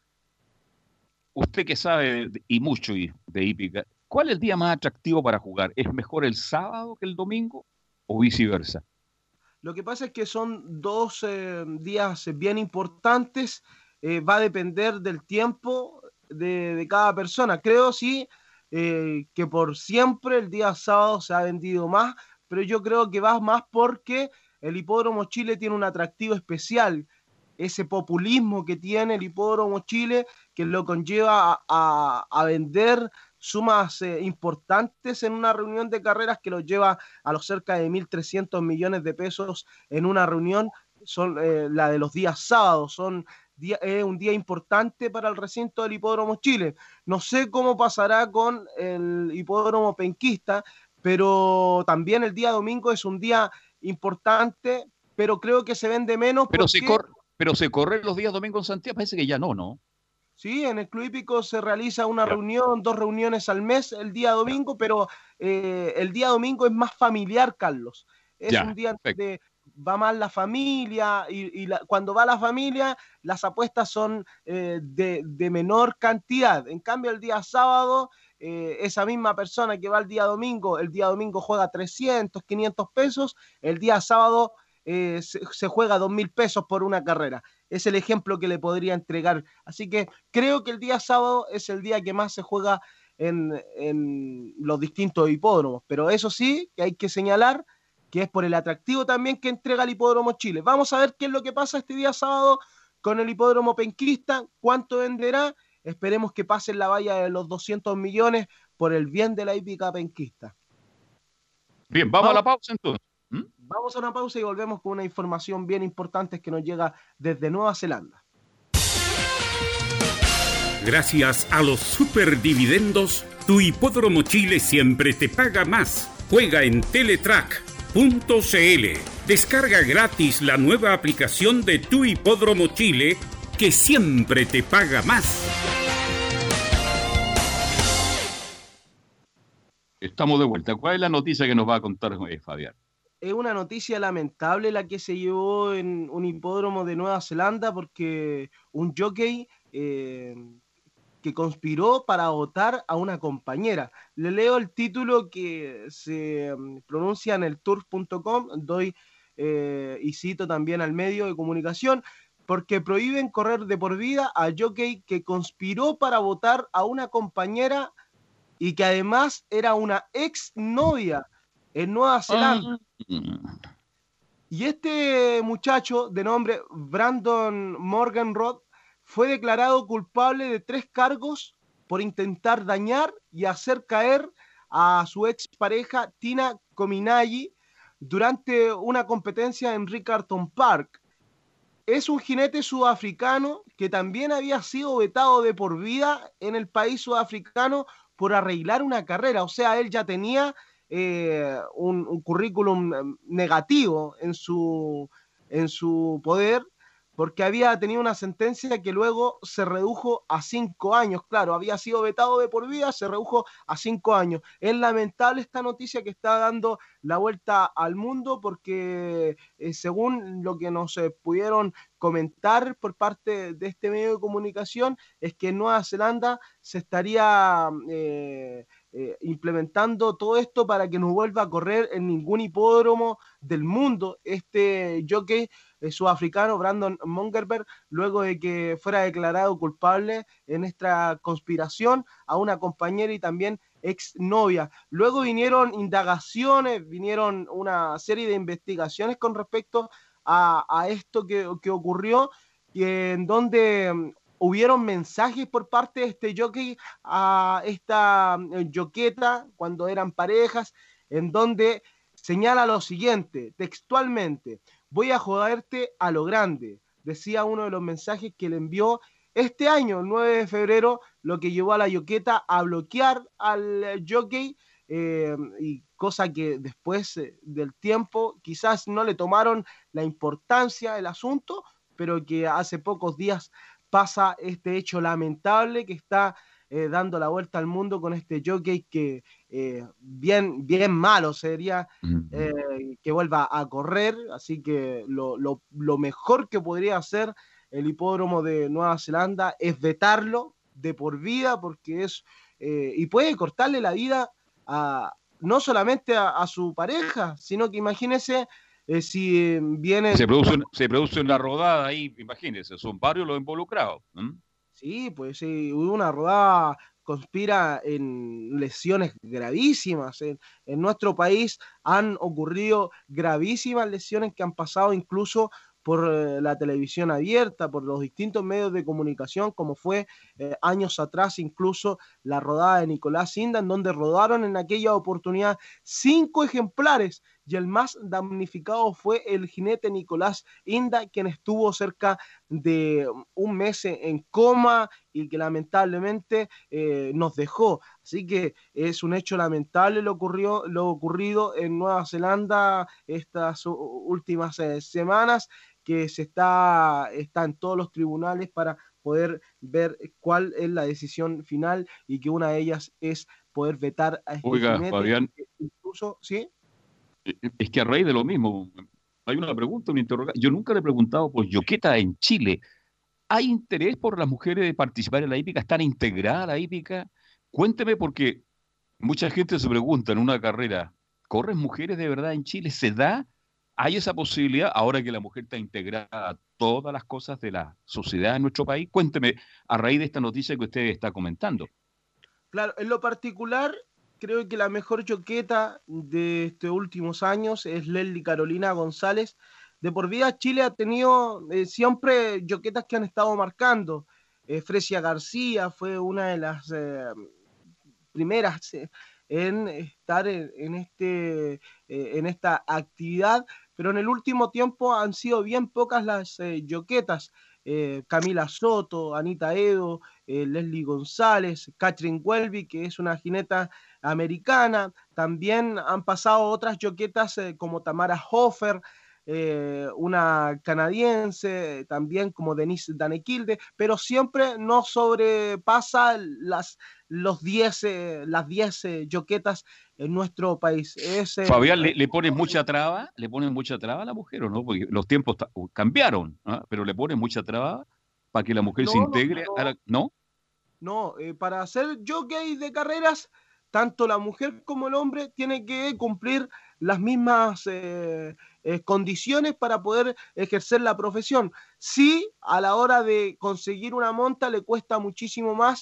Speaker 4: Usted que sabe de, y mucho de hípica, ¿cuál es el día más atractivo para jugar? ¿Es mejor el sábado que el domingo o viceversa?
Speaker 19: Lo que pasa es que son dos eh, días bien importantes, eh, va a depender del tiempo de, de cada persona. Creo sí eh, que por siempre el día sábado se ha vendido más, pero yo creo que va más porque el Hipódromo Chile tiene un atractivo especial, ese populismo que tiene el Hipódromo Chile, que lo conlleva a, a, a vender sumas eh, importantes en una reunión de carreras, que lo lleva a los cerca de mil trescientos millones de pesos en una reunión. Son eh, la de los días sábados, son día, eh, un día importante para el recinto del Hipódromo Chile. No sé cómo pasará con el Hipódromo Penquista, pero también el día domingo es un día importante, pero creo que se vende menos.
Speaker 4: Pero,
Speaker 19: porque...
Speaker 4: se, corre, pero se corre los días domingo en Santiago, parece que ya no, ¿no?
Speaker 19: Sí, en el Club Hípico se realiza una
Speaker 4: ya.
Speaker 19: reunión, dos reuniones al mes el día domingo, pero eh, el día domingo es más familiar, Carlos. Es
Speaker 4: ya,
Speaker 19: un día
Speaker 4: perfecto.
Speaker 19: de va más la familia y, y la, cuando va la familia las apuestas son eh, de, de menor cantidad. En cambio el día sábado eh, esa misma persona que va el día domingo, el día domingo juega trescientos, quinientos pesos, el día sábado eh, se, se juega dos mil pesos por una carrera. Es el ejemplo que le podría entregar. Así que creo que el día sábado es el día que más se juega en, en los distintos hipódromos. Pero eso sí, que hay que señalar que es por el atractivo también que entrega el Hipódromo Chile. Vamos a ver qué es lo que pasa este día sábado con el Hipódromo Penquista, cuánto venderá. Esperemos que pase en la valla de los doscientos millones por el bien de la hípica penquista.
Speaker 4: Bien, vamos, vamos a la pausa entonces. ¿Mm?
Speaker 19: Vamos a una pausa y volvemos con una información bien importante que nos llega desde Nueva Zelanda.
Speaker 8: Gracias a los superdividendos, tu Hipódromo Chile siempre te paga más. Juega en Teletrack punto c l. Descarga gratis la nueva aplicación de tu Hipódromo Chile que siempre te paga más.
Speaker 4: Estamos de vuelta. ¿Cuál es la noticia que nos va a contar eh, Fabián?
Speaker 19: Es una noticia lamentable la que se llevó en un hipódromo de Nueva Zelanda porque un jockey eh, que conspiró para votar a una compañera. Le leo el título que se um, pronuncia en el turf punto com, doy eh, y cito también al medio de comunicación, porque prohíben correr de por vida a jockey que conspiró para votar a una compañera y que además era una ex novia en Nueva Zelanda. Ah. Y este muchacho de nombre Brandon Morgenroth fue declarado culpable de tres cargos por intentar dañar y hacer caer a su expareja Tina Kominagi durante una competencia en Riccarton Park. Es un jinete sudafricano que también había sido vetado de por vida en el país sudafricano por arreglar una carrera. O sea, él ya tenía eh, un, un currículum negativo en su, en su poder, porque había tenido una sentencia que luego se redujo a cinco años. Claro, había sido vetado de por vida, se redujo a cinco años. Es lamentable esta noticia que está dando la vuelta al mundo porque eh, según lo que nos eh, pudieron comentar por parte de este medio de comunicación, es que en Nueva Zelanda se estaría eh, eh, implementando todo esto para que no vuelva a correr en ningún hipódromo del mundo este jockey eh, sudafricano Brandon Mongerberg, luego de que fuera declarado culpable en esta conspiración a una compañera y también exnovia. Luego vinieron indagaciones, vinieron una serie de investigaciones con respecto a, a esto que, que ocurrió, y en donde um, hubieron mensajes por parte de este jockey a esta um, joqueta cuando eran parejas, en donde señala lo siguiente, textualmente: voy a joderte a lo grande, decía uno de los mensajes que le envió este año, el nueve de febrero, lo que llevó a la yoqueta a bloquear al jockey, eh, y cosa que después eh, del tiempo quizás no le tomaron la importancia del asunto, pero que hace pocos días pasa este hecho lamentable que está eh, dando la vuelta al mundo con este jockey que eh, bien, bien malo sería eh, que vuelva a correr. Así que lo, lo, lo mejor que podría hacer el hipódromo de Nueva Zelanda es vetarlo de por vida, porque es eh, y puede cortarle la vida a, no solamente a, a su pareja, sino que imagínese eh, si viene...
Speaker 4: Se produce, se produce una rodada ahí, imagínese, son varios los involucrados. ¿Mm?
Speaker 19: Sí, pues sí, hubo una rodada, conspira en lesiones gravísimas. En, en nuestro país han ocurrido gravísimas lesiones que han pasado incluso por eh, la televisión abierta, por los distintos medios de comunicación, como fue eh, años atrás incluso la rodada de Nicolás Inda, en donde rodaron en aquella oportunidad cinco ejemplares, y el más damnificado fue el jinete Nicolás Inda, quien estuvo cerca de un mes en coma y que lamentablemente eh, nos dejó. Así que es un hecho lamentable lo, ocurrió, lo ocurrido en Nueva Zelanda estas últimas eh, semanas, que se está, está en todos los tribunales para poder ver cuál es la decisión final, y que una de ellas es poder vetar a este
Speaker 4: Oiga,
Speaker 19: jinete.
Speaker 4: Fabián,
Speaker 19: Incluso, ¿sí?
Speaker 4: es que a raíz de lo mismo, hay una pregunta, una interrogante. Yo nunca le he preguntado por yoqueta en Chile. ¿Hay interés por las mujeres de participar en la hípica? ¿Están integradas a la hípica? Cuénteme, porque mucha gente se pregunta en una carrera, ¿corren mujeres de verdad en Chile? ¿Se da? ¿Hay esa posibilidad ahora que la mujer está integrada a todas las cosas de la sociedad en nuestro país? Cuénteme, a raíz de esta noticia que usted está comentando.
Speaker 19: Claro, en lo particular, creo que la mejor yoqueta de estos últimos años es Leslie Carolina González. De por vida Chile ha tenido eh, siempre yoquetas que han estado marcando. Eh, Fresia García fue una de las eh, primeras eh, en estar en, en, este, eh, en esta actividad, pero en el último tiempo han sido bien pocas las eh, yoquetas. Eh, Camila Soto, Anita Edo, eh, Leslie González, Catherine Welby, que es una jineta americana. También han pasado otras yoquetas eh, como Tamara Hofer, eh, una canadiense, también como Denise Danekilde, pero siempre no sobrepasa las, los diez, eh, las diez eh, yoquetas en nuestro país. Es, eh,
Speaker 4: Fabián, ¿le, le ponen mucha traba? ¿Le ponen mucha traba a la mujer o no? Porque los tiempos cambiaron, ¿no? Pero le ponen mucha traba para que la mujer
Speaker 19: no,
Speaker 4: se integre.
Speaker 19: No,
Speaker 4: a la... ¿no?
Speaker 19: no eh, para ser jockey de carreras, tanto la mujer como el hombre tiene que cumplir las mismas eh, eh, condiciones para poder ejercer la profesión. Sí, a la hora de conseguir una monta le cuesta muchísimo más,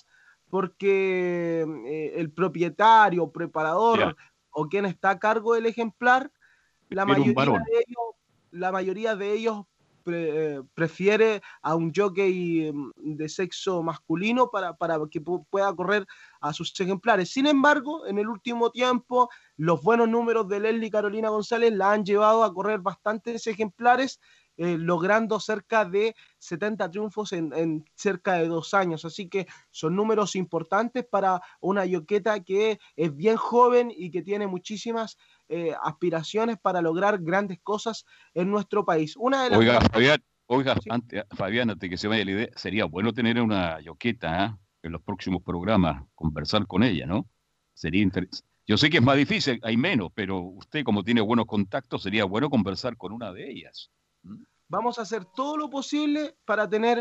Speaker 19: porque eh, el propietario, preparador yeah. o quien está a cargo del ejemplar, la mayoría, de ellos, la mayoría de ellos pre, eh, prefiere a un jockey de sexo masculino para, para que pueda correr a sus ejemplares. Sin embargo, en el último tiempo, los buenos números de Leslie Carolina González la han llevado a correr bastantes ejemplares, Eh, logrando cerca de setenta triunfos en, en cerca de dos años. Así que son números importantes para una yoqueta que es bien joven y que tiene muchísimas eh, aspiraciones para lograr grandes cosas en nuestro país. Una de las
Speaker 4: oiga,
Speaker 19: grandes...
Speaker 4: Fabián, oiga
Speaker 19: ¿Sí?
Speaker 4: antes, Fabián, antes que se vaya la idea, sería bueno tener una yoqueta ¿eh? en los próximos programas, conversar con ella, ¿no? Sería interesante. Yo sé que es más difícil, hay menos, pero usted, como tiene buenos contactos, sería bueno conversar con una de ellas.
Speaker 19: Vamos a hacer todo lo posible para tener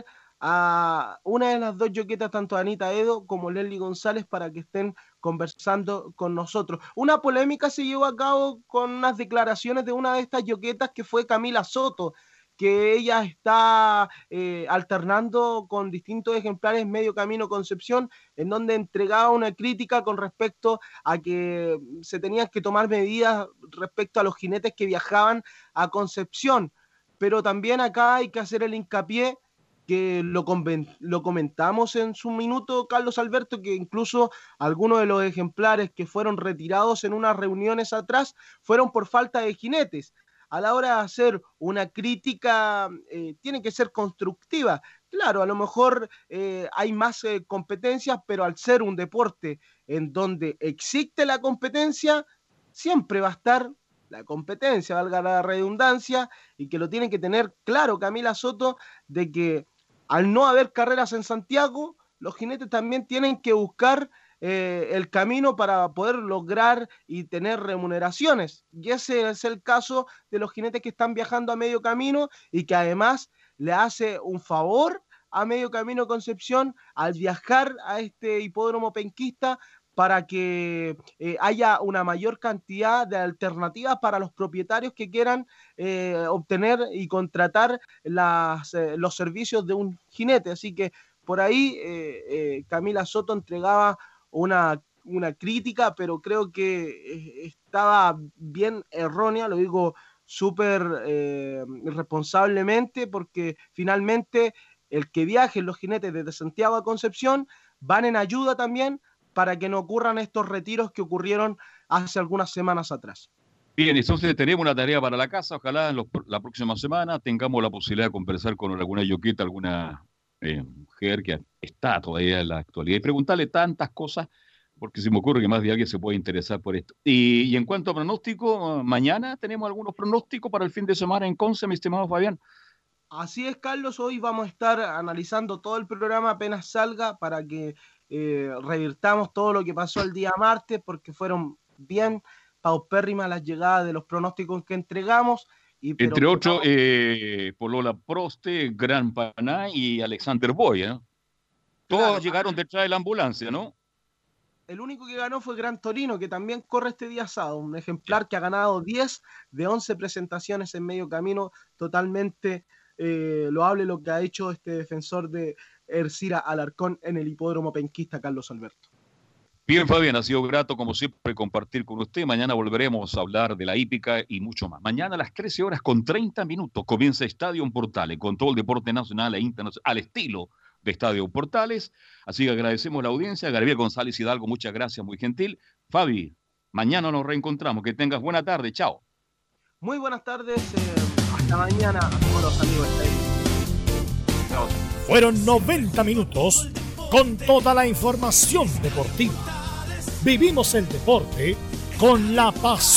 Speaker 19: a una de las dos yoquetas, tanto Anita Edo como Leslie González, para que estén conversando con nosotros. Una polémica se llevó a cabo con unas declaraciones de una de estas yoquetas, que fue Camila Soto, que ella está eh, alternando con distintos ejemplares Medio Camino Concepción, en donde entregaba una crítica con respecto a que se tenían que tomar medidas respecto a los jinetes que viajaban a Concepción. Pero también acá hay que hacer el hincapié, que lo, lo comentamos en su minuto, Carlos Alberto, que incluso algunos de los ejemplares que fueron retirados en unas reuniones atrás fueron por falta de jinetes. A la hora de hacer una crítica, eh, tiene que ser constructiva. Claro, a lo mejor eh, hay más eh, competencias, pero al ser un deporte en donde existe la competencia, siempre va a estar la competencia, valga la redundancia, y que lo tiene que tener claro Camila Soto, de que al no haber carreras en Santiago, los jinetes también tienen que buscar eh, el camino para poder lograr y tener remuneraciones. Y ese es el caso de los jinetes que están viajando a Medio Camino, y que además le hace un favor a Medio Camino Concepción al viajar a este hipódromo penquista, para que eh, haya una mayor cantidad de alternativas para los propietarios que quieran eh, obtener y contratar las, eh, los servicios de un jinete. Así que por ahí eh, eh, Camila Soto entregaba una, una crítica, pero creo que eh, estaba bien errónea, lo digo súper eh, responsablemente, porque finalmente el que viajen los jinetes desde Santiago a Concepción van en ayuda también para que no ocurran estos retiros que ocurrieron hace algunas semanas atrás.
Speaker 4: Bien, entonces tenemos una tarea para la casa. Ojalá en los, la próxima semana tengamos la posibilidad de conversar con alguna yoquita, alguna eh, mujer que está todavía en la actualidad y preguntarle tantas cosas, porque se me ocurre que más de alguien se puede interesar por esto. Y, y en cuanto a pronóstico, mañana tenemos algunos pronósticos para el fin de semana en Conce, mi estimado Fabián.
Speaker 19: Así es, Carlos. Hoy vamos a estar analizando todo el programa apenas salga para que eh, revirtamos todo lo que pasó el día martes, porque fueron bien paupérrimas las llegadas de los pronósticos que entregamos. Y, pero
Speaker 4: Entre otros,
Speaker 19: vamos...
Speaker 4: eh, Polola Proste, Gran Paná y Alexander Boy, ¿eh? Todos
Speaker 19: Claro.
Speaker 4: llegaron detrás de la ambulancia, ¿no?
Speaker 19: El único que ganó fue Gran Torino, que también corre este día sábado, un ejemplar que ha ganado diez de once presentaciones en medio camino, totalmente eh, loable lo que ha hecho este defensor de Ercira Alarcón en el hipódromo penquista Carlos Alberto.
Speaker 4: Bien, Fabián, ha sido grato como siempre compartir con usted. Mañana volveremos a hablar de la hípica y mucho más. Mañana a las trece horas con treinta minutos comienza Estadio Portales, con todo el deporte nacional e internacional, al estilo de Estadio Portales. Así que agradecemos la audiencia. Gabriel González Hidalgo, muchas gracias, muy gentil. Fabi, mañana nos reencontramos. Que tengas buena tarde. Chao.
Speaker 19: Muy buenas tardes. Eh, hasta mañana a todos los amigos de Estadio.
Speaker 6: Fueron noventa minutos con toda la información deportiva. Vivimos el deporte con la pasión.